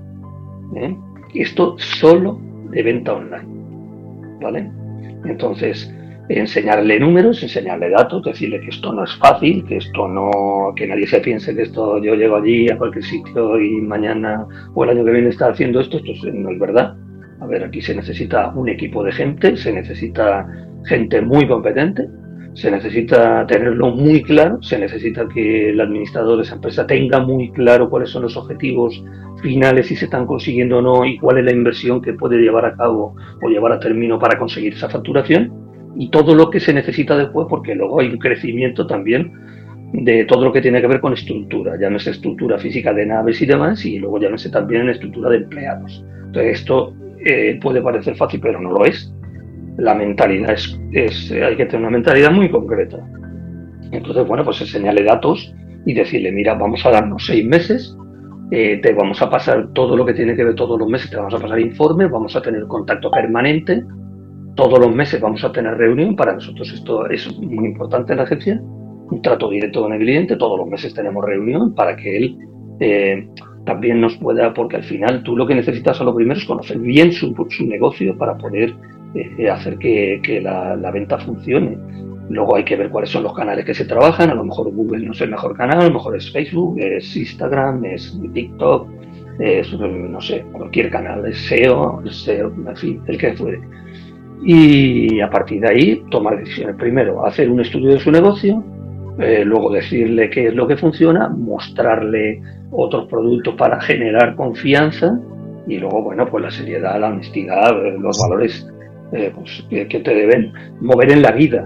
Y esto solo de venta online, ¿vale? Entonces, enseñarle números, enseñarle datos, decirle que esto no es fácil, que nadie se piense que esto, yo llego allí a cualquier sitio y mañana o el año que viene está haciendo esto no es verdad. A ver, aquí se necesita un equipo de gente, se necesita gente muy competente, se necesita tenerlo muy claro, se necesita que el administrador de esa empresa tenga muy claro cuáles son los objetivos finales, si se están consiguiendo o no, y cuál es la inversión que puede llevar a cabo o llevar a término para conseguir esa facturación, y todo lo que se necesita después, porque luego hay un crecimiento también de todo lo que tiene que ver con estructura, llámese estructura física de naves y demás, y luego llámese también estructura de empleados. Entonces esto puede parecer fácil, pero no lo es. La mentalidad hay que tener una mentalidad muy concreta. Entonces, bueno, pues enseñarle datos y decirle, mira, vamos a darnos 6 meses, te vamos a pasar todo lo que tiene que ver todos los meses, te vamos a pasar informes, vamos a tener contacto permanente, todos los meses vamos a tener reunión, para nosotros esto es muy importante en la agencia, un trato directo con el cliente, todos los meses tenemos reunión para que él también nos pueda, porque al final tú lo que necesitas a lo primero es conocer bien su negocio para poder hacer que la venta funcione. Luego hay que ver cuáles son los canales que se trabajan, a lo mejor Google no es el mejor canal, a lo mejor es Facebook, es Instagram, es TikTok, es, no sé, cualquier canal, es SEO, en fin, el que fuere. Y a partir de ahí tomar decisiones. Primero, hacer un estudio de su negocio, luego decirle qué es lo que funciona, mostrarle otros productos para generar confianza y luego, bueno, pues la seriedad, la honestidad, los valores pues, que te deben mover en la vida,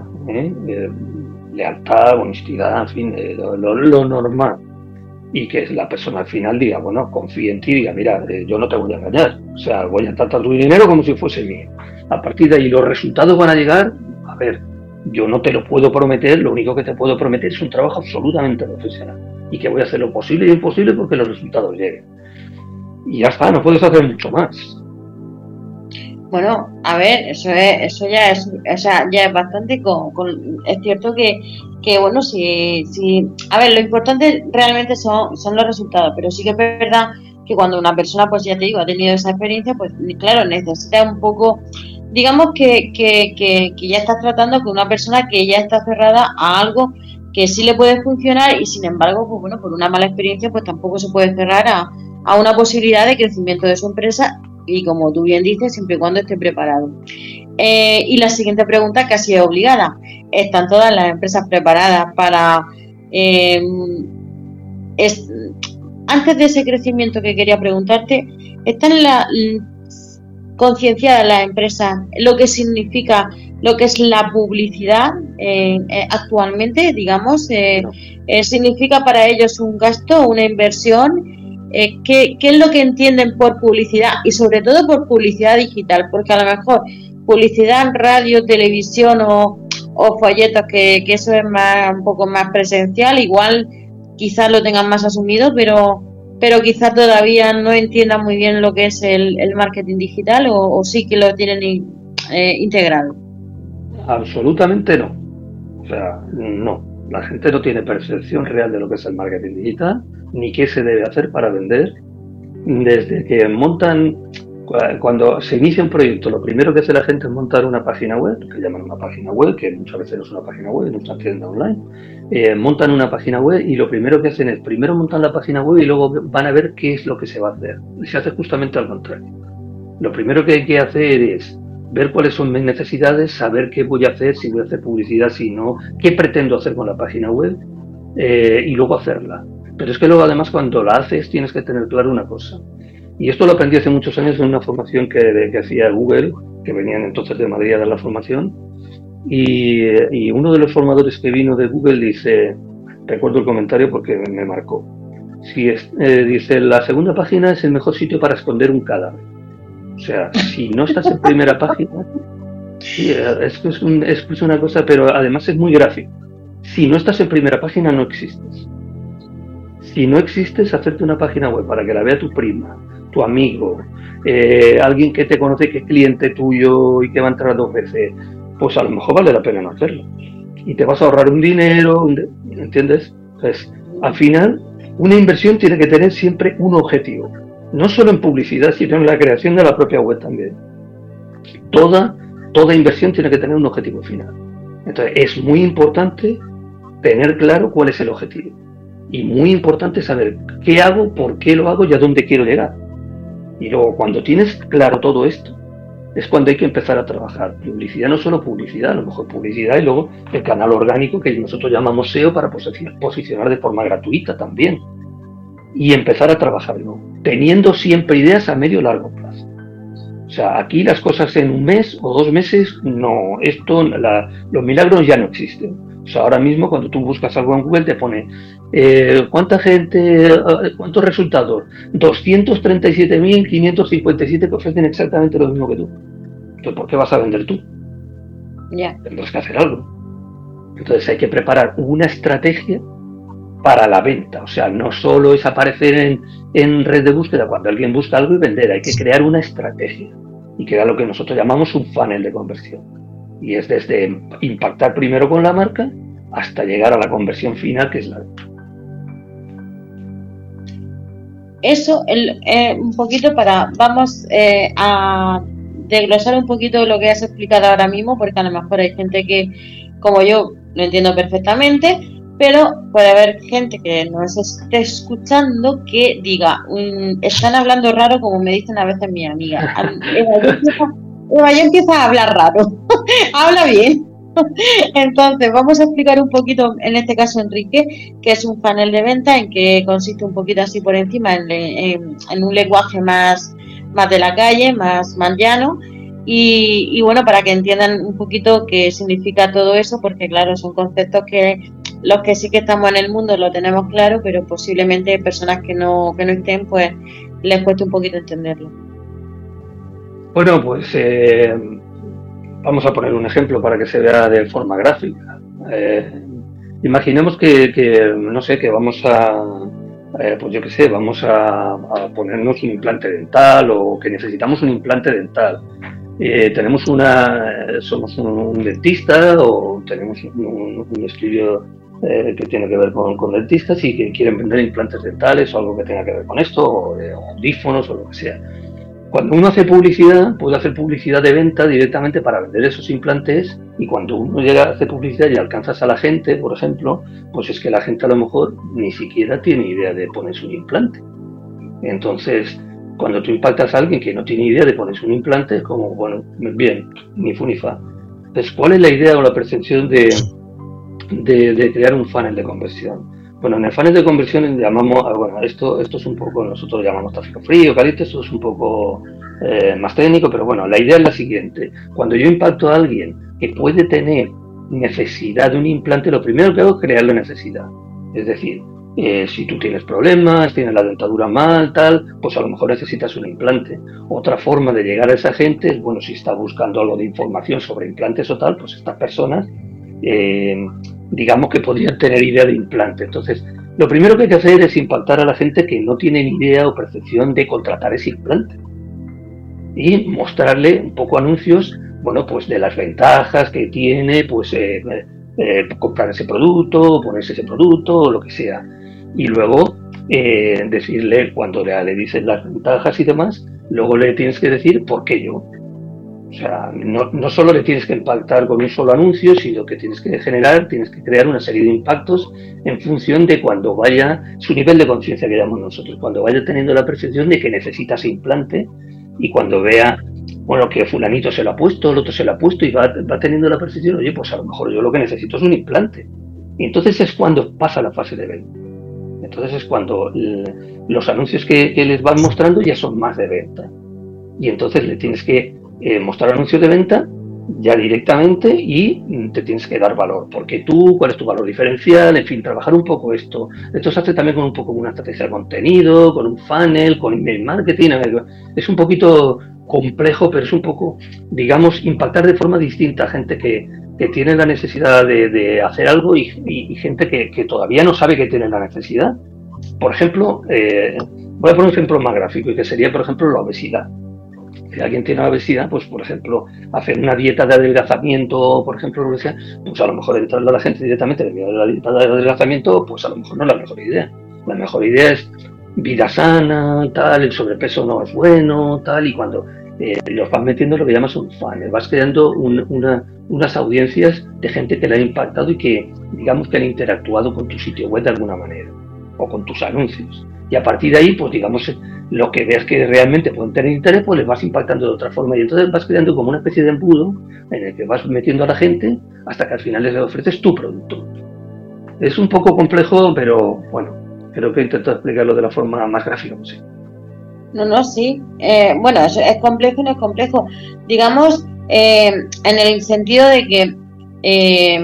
lealtad, honestidad, en fin, lo normal. Y que la persona al final diga, bueno, confíe en ti y diga, mira, yo no te voy a engañar, o sea, voy a tratar tu dinero como si fuese mío. A partir de ahí los resultados van a llegar, a ver, yo no te lo puedo prometer, lo único que te puedo prometer es un trabajo absolutamente profesional y que voy a hacer lo posible y imposible porque los resultados lleguen. Y ya está, no puedes hacer mucho más. Bueno, a ver, eso ya es, o sea, ya es bastante es cierto que bueno, si, a ver, lo importante realmente son los resultados, pero sí que es verdad que cuando una persona, pues ya te digo, ha tenido esa experiencia, pues claro, necesita un poco, digamos que ya estás tratando con una persona que ya está cerrada a algo que sí le puede funcionar y sin embargo, pues bueno, por una mala experiencia, pues tampoco se puede cerrar a una posibilidad de crecimiento de su empresa y como tú bien dices, siempre y cuando esté preparado. Y la siguiente pregunta, casi es obligada. ¿Están todas las empresas preparadas para... antes de ese crecimiento que quería preguntarte, ¿están concienciadas las empresas lo que significa, lo que es la publicidad actualmente, digamos? ¿Significa para ellos un gasto, una inversión? ¿Qué es lo que entienden por publicidad? Y sobre todo por publicidad digital, porque a lo mejor publicidad en radio, televisión o folletos, que eso es un poco más presencial, igual quizás lo tengan más asumido, pero quizás todavía no entiendan muy bien lo que es el marketing digital o sí que lo tienen integrado. Absolutamente no. O sea, no. La gente no tiene percepción real de lo que es el marketing digital, ni qué se debe hacer para vender. Desde que montan, cuando se inicia un proyecto, lo primero que hace la gente es montar una página web, que llaman una página web, que muchas veces no es una página web, no es una tienda online. Montan una página web y lo primero que hacen es, primero montan la página web y luego van a ver qué es lo que se va a hacer. Y se hace justamente al contrario. Lo primero que hay que hacer es ver cuáles son mis necesidades, saber qué voy a hacer, si voy a hacer publicidad, si no, qué pretendo hacer con la página web y luego hacerla. Pero es que luego además cuando la haces tienes que tener claro una cosa. Y esto lo aprendí hace muchos años en una formación que hacía Google, que venían entonces de Madrid a dar la formación. Y uno de los formadores que vino de Google dice, recuerdo el comentario porque me marcó, dice, la segunda página es el mejor sitio para esconder un cadáver. O sea, si no estás en primera página, sí, es una cosa, pero además es muy gráfico. Si no estás en primera página, no existes. Si no existes, hacerte una página web para que la vea tu prima, tu amigo, alguien que te conoce, que es cliente tuyo y que va a entrar 2 veces, pues a lo mejor vale la pena no hacerlo. Y te vas a ahorrar un dinero, ¿entiendes? Entonces, al final, una inversión tiene que tener siempre un objetivo. No solo en publicidad, sino en la creación de la propia web también. Toda inversión tiene que tener un objetivo final. Entonces, es muy importante tener claro cuál es el objetivo. Y muy importante saber qué hago, por qué lo hago y a dónde quiero llegar. Y luego, cuando tienes claro todo esto, es cuando hay que empezar a trabajar. Publicidad, no solo publicidad, a lo mejor publicidad y luego el canal orgánico que nosotros llamamos SEO para posicionar de forma gratuita también. Y empezar a trabajarlo, teniendo siempre ideas a medio o largo plazo. O sea, aquí las cosas en 1 mes o 2 meses, no, los milagros ya no existen. O sea, ahora mismo cuando tú buscas algo en Google te pone ¿cuánta gente, cuántos resultados? 237.557 que ofrecen exactamente lo mismo que tú. Entonces, ¿por qué vas a vender tú? Ya. Tendrás que hacer algo. Entonces hay que preparar una estrategia para la venta. O sea, no solo es aparecer en red de búsqueda cuando alguien busca algo y vender, hay que crear una estrategia y crear lo que nosotros llamamos un funnel de conversión. Y es desde impactar primero con la marca hasta llegar a la conversión final, que es la venta. Eso, un poquito vamos a desglosar un poquito lo que has explicado ahora mismo, porque a lo mejor hay gente que, como yo, lo entiendo perfectamente, pero puede haber gente que nos esté escuchando que diga, están hablando raro, como me dicen a veces mis amigas. Eva, ya empieza a hablar raro. Habla bien. Entonces, vamos a explicar un poquito, en este caso, Enrique, qué es un funnel de venta, en qué consiste un poquito así por encima, en un lenguaje más de la calle, más llano, y bueno, para que entiendan un poquito qué significa todo eso, porque claro, son conceptos que los que sí que estamos en el mundo lo tenemos claro, pero posiblemente personas que no estén, pues les cueste un poquito entenderlo. Bueno, pues vamos a poner un ejemplo para que se vea de forma gráfica. Imaginemos que no sé, que vamos pues yo qué sé, vamos a ponernos un implante dental o que necesitamos un implante dental. Somos un dentista o tenemos un estudio que tiene que ver con dentistas y que quieren vender implantes dentales o algo que tenga que ver con esto, o audífonos o lo que sea. Cuando uno hace publicidad, puede hacer publicidad de venta directamente para vender esos implantes, y cuando uno llega a hacer publicidad y alcanzas a la gente, por ejemplo, pues es que la gente a lo mejor ni siquiera tiene idea de ponerse un implante. Entonces, cuando tú impactas a alguien que no tiene idea de ponerse un implante, es como, bueno, bien, ni fu ni fa. Entonces, ¿cuál es la idea o la percepción de crear un funnel de conversión? Bueno, en el funnel de conversión llamamos, bueno, esto es un poco, nosotros llamamos tráfico frío, caliente, esto es un poco más técnico, pero bueno, la idea es la siguiente. Cuando yo impacto a alguien que puede tener necesidad de un implante, lo primero que hago es crear la necesidad. Es decir, si tú tienes problemas, tienes la dentadura mal, tal, pues a lo mejor necesitas un implante. Otra forma de llegar a esa gente es, bueno, si está buscando algo de información sobre implantes o tal, pues estas personas digamos que podrían tener idea de implante. Entonces, lo primero que hay que hacer es impactar a la gente que no tiene ni idea o percepción de contratar ese implante y mostrarle un poco anuncios, bueno, pues de las ventajas que tiene, pues comprar ese producto, ponerse ese producto o lo que sea. Y luego decirle, cuando le dices las ventajas y demás, luego le tienes que decir por qué yo. O sea, no solo le tienes que impactar con un solo anuncio, sino que tienes que crear una serie de impactos en función de cuando vaya, su nivel de conciencia que llamamos nosotros, cuando vaya teniendo la percepción de que necesita ese implante y cuando vea, bueno, que fulanito se lo ha puesto, el otro se lo ha puesto y va teniendo la percepción, oye, pues a lo mejor yo lo que necesito es un implante. Y entonces es cuando pasa la fase de venta. Entonces es cuando los anuncios que les van mostrando ya son más de venta. Y entonces le tienes que mostrar anuncios de venta ya directamente y te tienes que dar valor, porque cuál es tu valor diferencial, en fin, trabajar un poco esto se hace también con un poco una estrategia de contenido, con un funnel, con email marketing. Es un poquito complejo, pero es un poco, digamos, impactar de forma distinta a gente que tiene la necesidad de hacer algo y gente que todavía no sabe que tiene la necesidad. Por ejemplo, voy a poner un ejemplo más gráfico, y que sería, por ejemplo, la obesidad. Si alguien tiene obesidad, pues por ejemplo, hacer una dieta de adelgazamiento, por ejemplo, lo que sea, pues a lo mejor entrarle a la gente directamente de la dieta de adelgazamiento, pues a lo mejor no es la mejor idea. La mejor idea es vida sana, tal, el sobrepeso no es bueno, tal, y cuando los vas metiendo lo que llamas un funnel, vas creando unas audiencias de gente que le ha impactado y que, digamos, que han interactuado con tu sitio web de alguna manera, o con tus anuncios. Y a partir de ahí, pues digamos, lo que veas que realmente pueden tener interés, pues les vas impactando de otra forma y entonces vas creando como una especie de embudo en el que vas metiendo a la gente hasta que al final les ofreces tu producto. Es un poco complejo, pero bueno, creo que he intentado explicarlo de la forma más gráfica posible. No, sí. Bueno, es complejo, no es complejo. Digamos, en el sentido de que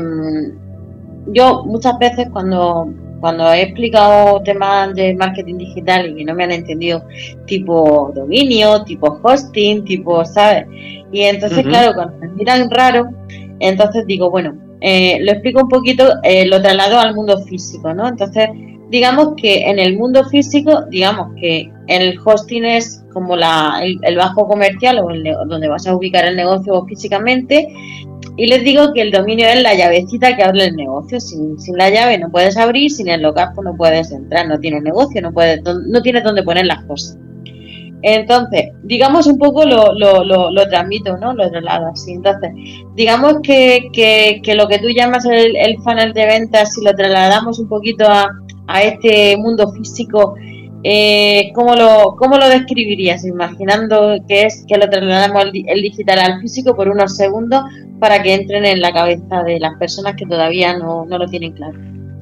yo muchas veces cuando he explicado temas de marketing digital y que no me han entendido, tipo dominio, tipo hosting, tipo, ¿sabes? Y entonces, claro, cuando me miran raro, entonces digo, bueno, Lo explico un poquito, lo traslado al mundo físico, ¿no? Entonces, digamos que en el mundo físico, digamos que el hosting es como el bajo comercial o donde vas a ubicar el negocio físicamente. Y les digo que el dominio es la llavecita que abre el negocio. Sin la llave no puedes abrir, sin el local pues no puedes entrar, no tienes negocio, no tienes dónde poner las cosas. Entonces, digamos un poco lo transmito, ¿no? Lo traslado así. Entonces, digamos que lo que tú llamas el funnel de ventas, si lo trasladamos un poquito a este mundo físico, ¿cómo lo describirías? Imaginando que lo trasladamos el digital al físico por unos segundos para que entren en la cabeza de las personas que todavía no lo tienen claro.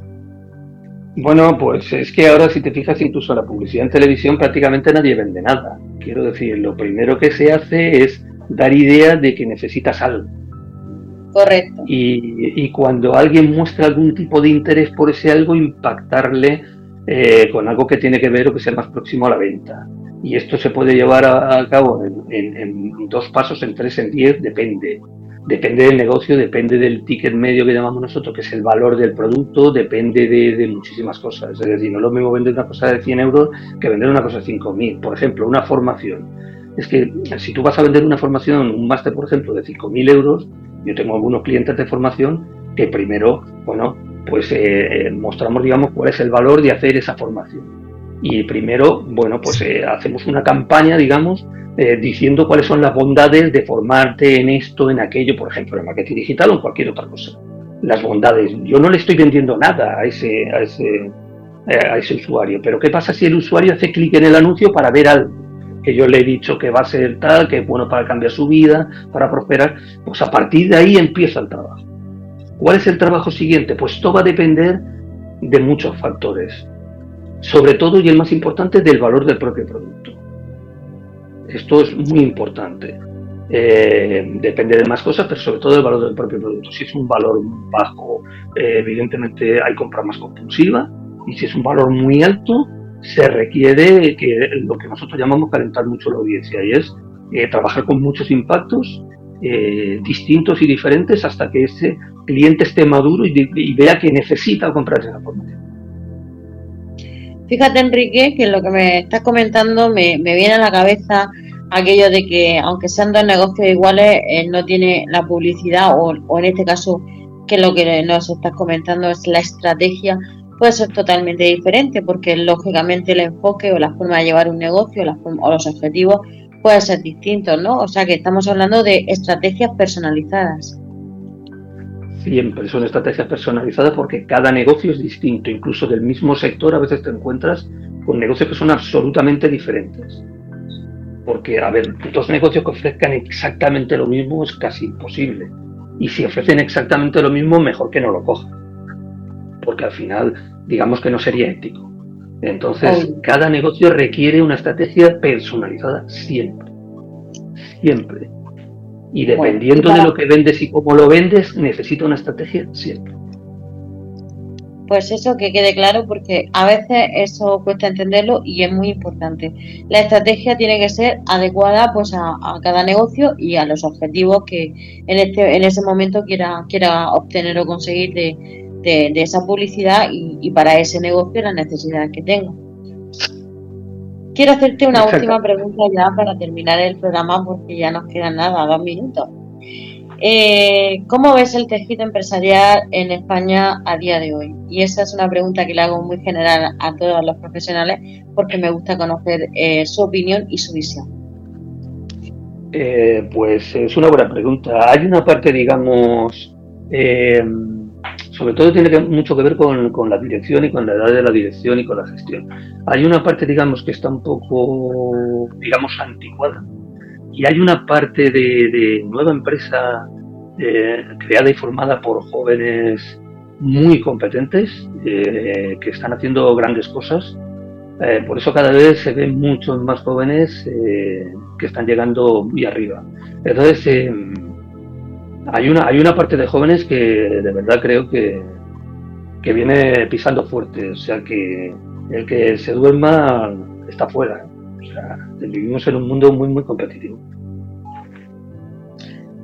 Bueno, pues es que ahora si te fijas incluso la publicidad en televisión prácticamente nadie vende nada. Quiero decir, lo primero que se hace es dar idea de que necesitas algo. Correcto. Y cuando alguien muestra algún tipo de interés por ese algo, impactarle con algo que tiene que ver o que sea más próximo a la venta. Y esto se puede llevar a cabo en 2 pasos, en 3, en 10, depende. Depende del negocio, depende del ticket medio que llamamos nosotros, que es el valor del producto, depende de muchísimas cosas. Es decir, no es lo mismo vender una cosa de 100 euros que vender una cosa de 5.000. Por ejemplo, una formación. Es que si tú vas a vender una formación, un máster, por ejemplo, de 5.000 euros, yo tengo algunos clientes de formación que primero, bueno, pues mostramos, digamos, cuál es el valor de hacer esa formación. Y primero, bueno, pues hacemos una campaña, digamos, diciendo cuáles son las bondades de formarte en esto, en aquello, por ejemplo, en marketing digital o en cualquier otra cosa. Las bondades. Yo no le estoy vendiendo nada a ese usuario, pero ¿qué pasa si el usuario hace clic en el anuncio para ver algo que yo le he dicho que va a ser tal, que es bueno para cambiar su vida, para prosperar? Pues a partir de ahí empieza el trabajo. ¿Cuál es el trabajo siguiente? Pues esto va a depender de muchos factores, sobre todo y el más importante, del valor del propio producto. Esto es muy importante. Depende de más cosas, pero sobre todo del valor del propio producto. Si es un valor bajo, evidentemente hay compra más compulsiva, y si es un valor muy alto, se requiere lo que nosotros llamamos calentar mucho la audiencia, y es trabajar con muchos impactos distintos y diferentes hasta que ese cliente esté maduro y vea que necesita comprar esa formación. Fíjate, Enrique, que lo que me estás comentando me viene a la cabeza aquello de que, aunque sean 2 negocios iguales, no tiene la publicidad o en este caso, que lo que nos estás comentando es la estrategia, puede ser totalmente diferente, porque lógicamente el enfoque o la forma de llevar un negocio o los objetivos pueden ser distintos, ¿no? O sea que estamos hablando de estrategias personalizadas. Siempre son estrategias personalizadas porque cada negocio es distinto, incluso del mismo sector a veces te encuentras con negocios que son absolutamente diferentes. Porque, a ver, 2 negocios que ofrezcan exactamente lo mismo es casi imposible. Y si ofrecen exactamente lo mismo, mejor que no lo cojan. Porque al final, digamos que no sería ético. Entonces, cada negocio requiere una estrategia personalizada siempre. Siempre. Y dependiendo de lo que vendes y cómo lo vendes, necesita una estrategia siempre. Pues eso, que quede claro, porque a veces eso cuesta entenderlo y es muy importante. La estrategia tiene que ser adecuada pues a cada negocio y a los objetivos que en ese momento quiera obtener o conseguir de esa publicidad y para ese negocio las necesidades que tenga. Quiero hacerte una última pregunta ya para terminar el programa, porque ya nos quedan 2 minutos. ¿Cómo ves el tejido empresarial en España a día de hoy? Y esa es una pregunta que le hago muy general a todos los profesionales porque me gusta conocer su opinión y su visión. Pues es una buena pregunta. Hay una parte, digamos, sobre todo tiene mucho que ver con la dirección y con la edad de la dirección y con la gestión. Hay una parte, digamos, que está un poco, digamos, anticuada. Y hay una parte de nueva empresa creada y formada por jóvenes muy competentes que están haciendo grandes cosas. Por eso cada vez se ven muchos más jóvenes que están llegando muy arriba. Entonces hay una parte de jóvenes que de verdad creo que viene pisando fuerte. O sea que el que se duerma está fuera. O sea, vivimos en un mundo muy, muy competitivo.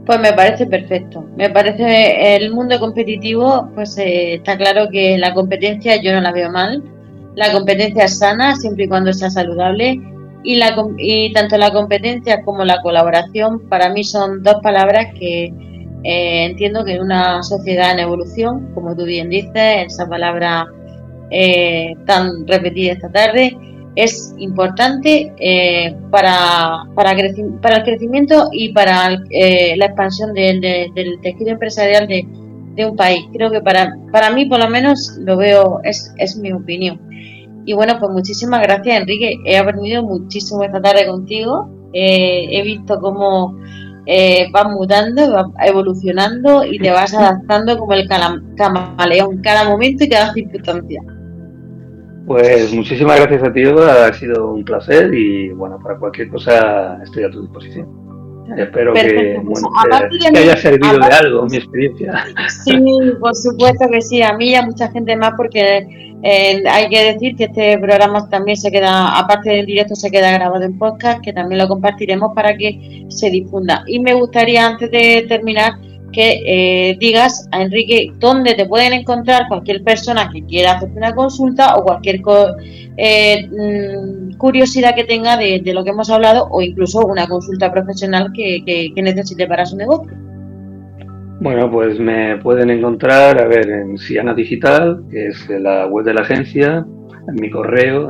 Pues me parece perfecto. Me parece el mundo competitivo, pues está claro que la competencia yo no la veo mal. La competencia es sana siempre y cuando sea saludable y tanto la competencia como la colaboración para mí son dos palabras que entiendo que en una sociedad en evolución, como tú bien dices, esa palabra tan repetida esta tarde, es importante para el crecimiento y para la expansión del tejido empresarial de un país. Creo que para mí, por lo menos, lo veo, es mi opinión. Y bueno, pues muchísimas gracias, Enrique. He aprendido muchísimo esta tarde contigo. He visto cómo vas mutando, vas evolucionando y te vas adaptando como el camaleón, cada momento y cada circunstancia. Pues muchísimas gracias a ti, Eva. Ha sido un placer y bueno, para cualquier cosa estoy a tu disposición. Espero que, bueno, que haya servido de algo mi experiencia. Sí, por supuesto que sí, a mí y a mucha gente más, porque hay que decir que este programa también se queda, aparte del directo, se queda grabado en podcast, que también lo compartiremos para que se difunda. Y me gustaría, antes de terminar, que digas a Enrique dónde te pueden encontrar cualquier persona que quiera hacer una consulta o cualquier curiosidad que tenga de lo que hemos hablado, o incluso una consulta profesional que necesite para su negocio. Bueno, pues me pueden encontrar, en Siana Digital, que es la web de la agencia, en mi correo,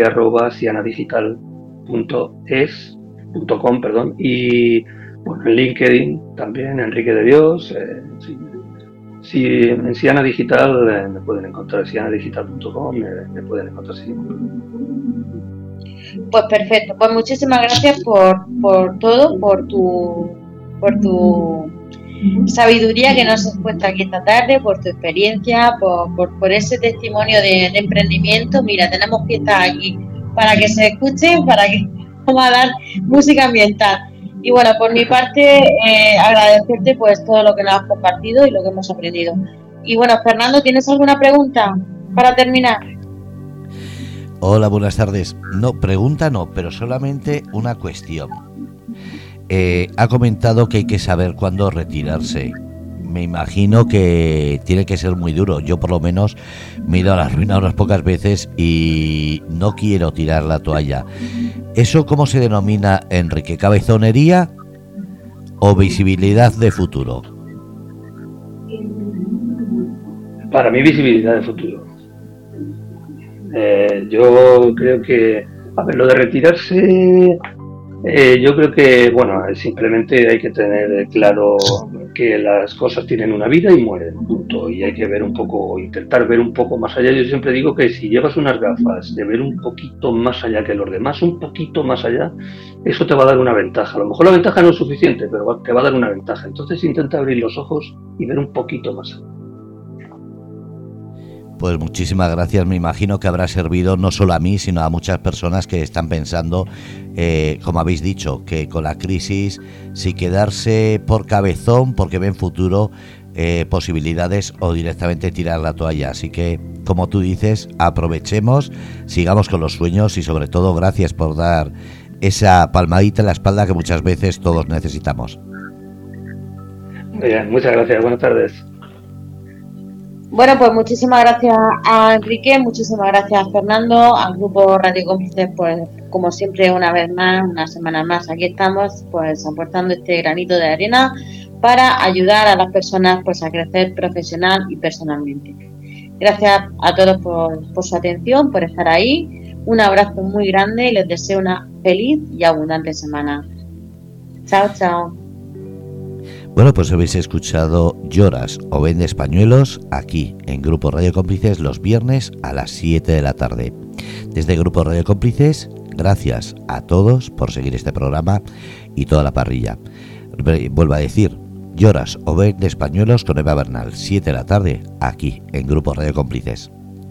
enrique@sianadigital.com, y bueno, en LinkedIn también, Enrique de Dios. En Siana Digital me pueden encontrar, sianadigital.com, me pueden encontrar sin ningún problema. Pues perfecto, pues muchísimas gracias por todo, por tu sabiduría que nos has puesto aquí esta tarde, por tu experiencia, por ese testimonio de emprendimiento. Mira, tenemos fiestas aquí para que se escuchen, para que vamos a dar música ambiental. Y bueno, por mi parte, agradecerte pues todo lo que nos has compartido y lo que hemos aprendido. Y bueno, Fernando, ¿tienes alguna pregunta para terminar? Hola, buenas tardes. No, pregunta no, pero solamente una cuestión. Ha comentado que hay que saber cuándo retirarse. Me imagino que tiene que ser muy duro. Yo por lo menos me he ido a la ruina unas pocas veces y no quiero tirar la toalla. ¿Eso cómo se denomina, Enrique? ¿Cabezonería o visibilidad de futuro? Para mí, visibilidad de futuro. Yo creo que, lo de retirarse, yo creo que, bueno, simplemente hay que tener claro que las cosas tienen una vida y mueren, punto. Y hay que ver un poco, intentar ver un poco más allá. Yo siempre digo que si llevas unas gafas de ver un poquito más allá que los demás, un poquito más allá, eso te va a dar una ventaja. A lo mejor la ventaja no es suficiente, pero te va a dar una ventaja. Entonces intenta abrir los ojos y ver un poquito más allá. Pues muchísimas gracias. Me imagino que habrá servido no solo a mí, sino a muchas personas que están pensando, como habéis dicho, que con la crisis, si quedarse por cabezón, porque ven futuro, posibilidades, o directamente tirar la toalla. Así que, como tú dices, aprovechemos, sigamos con los sueños y sobre todo gracias por dar esa palmadita en la espalda que muchas veces todos necesitamos. Muy bien, muchas gracias. Buenas tardes. Bueno, pues muchísimas gracias a Enrique, muchísimas gracias a Fernando, al grupo Radio Cómplices, pues como siempre, una vez más, una semana más, aquí estamos, pues aportando este granito de arena para ayudar a las personas pues a crecer profesional y personalmente. Gracias a todos por su atención, por estar ahí, un abrazo muy grande y les deseo una feliz y abundante semana. Chao, chao. Bueno, pues habéis escuchado Lloras o Vendes Pañuelos aquí en Grupo Radio Cómplices los viernes a las 7 de la tarde. Desde Grupo Radio Cómplices, gracias a todos por seguir este programa y toda la parrilla. Vuelvo a decir, Lloras o Vendes Pañuelos con Eva Bernal, 7 de la tarde aquí en Grupo Radio Cómplices.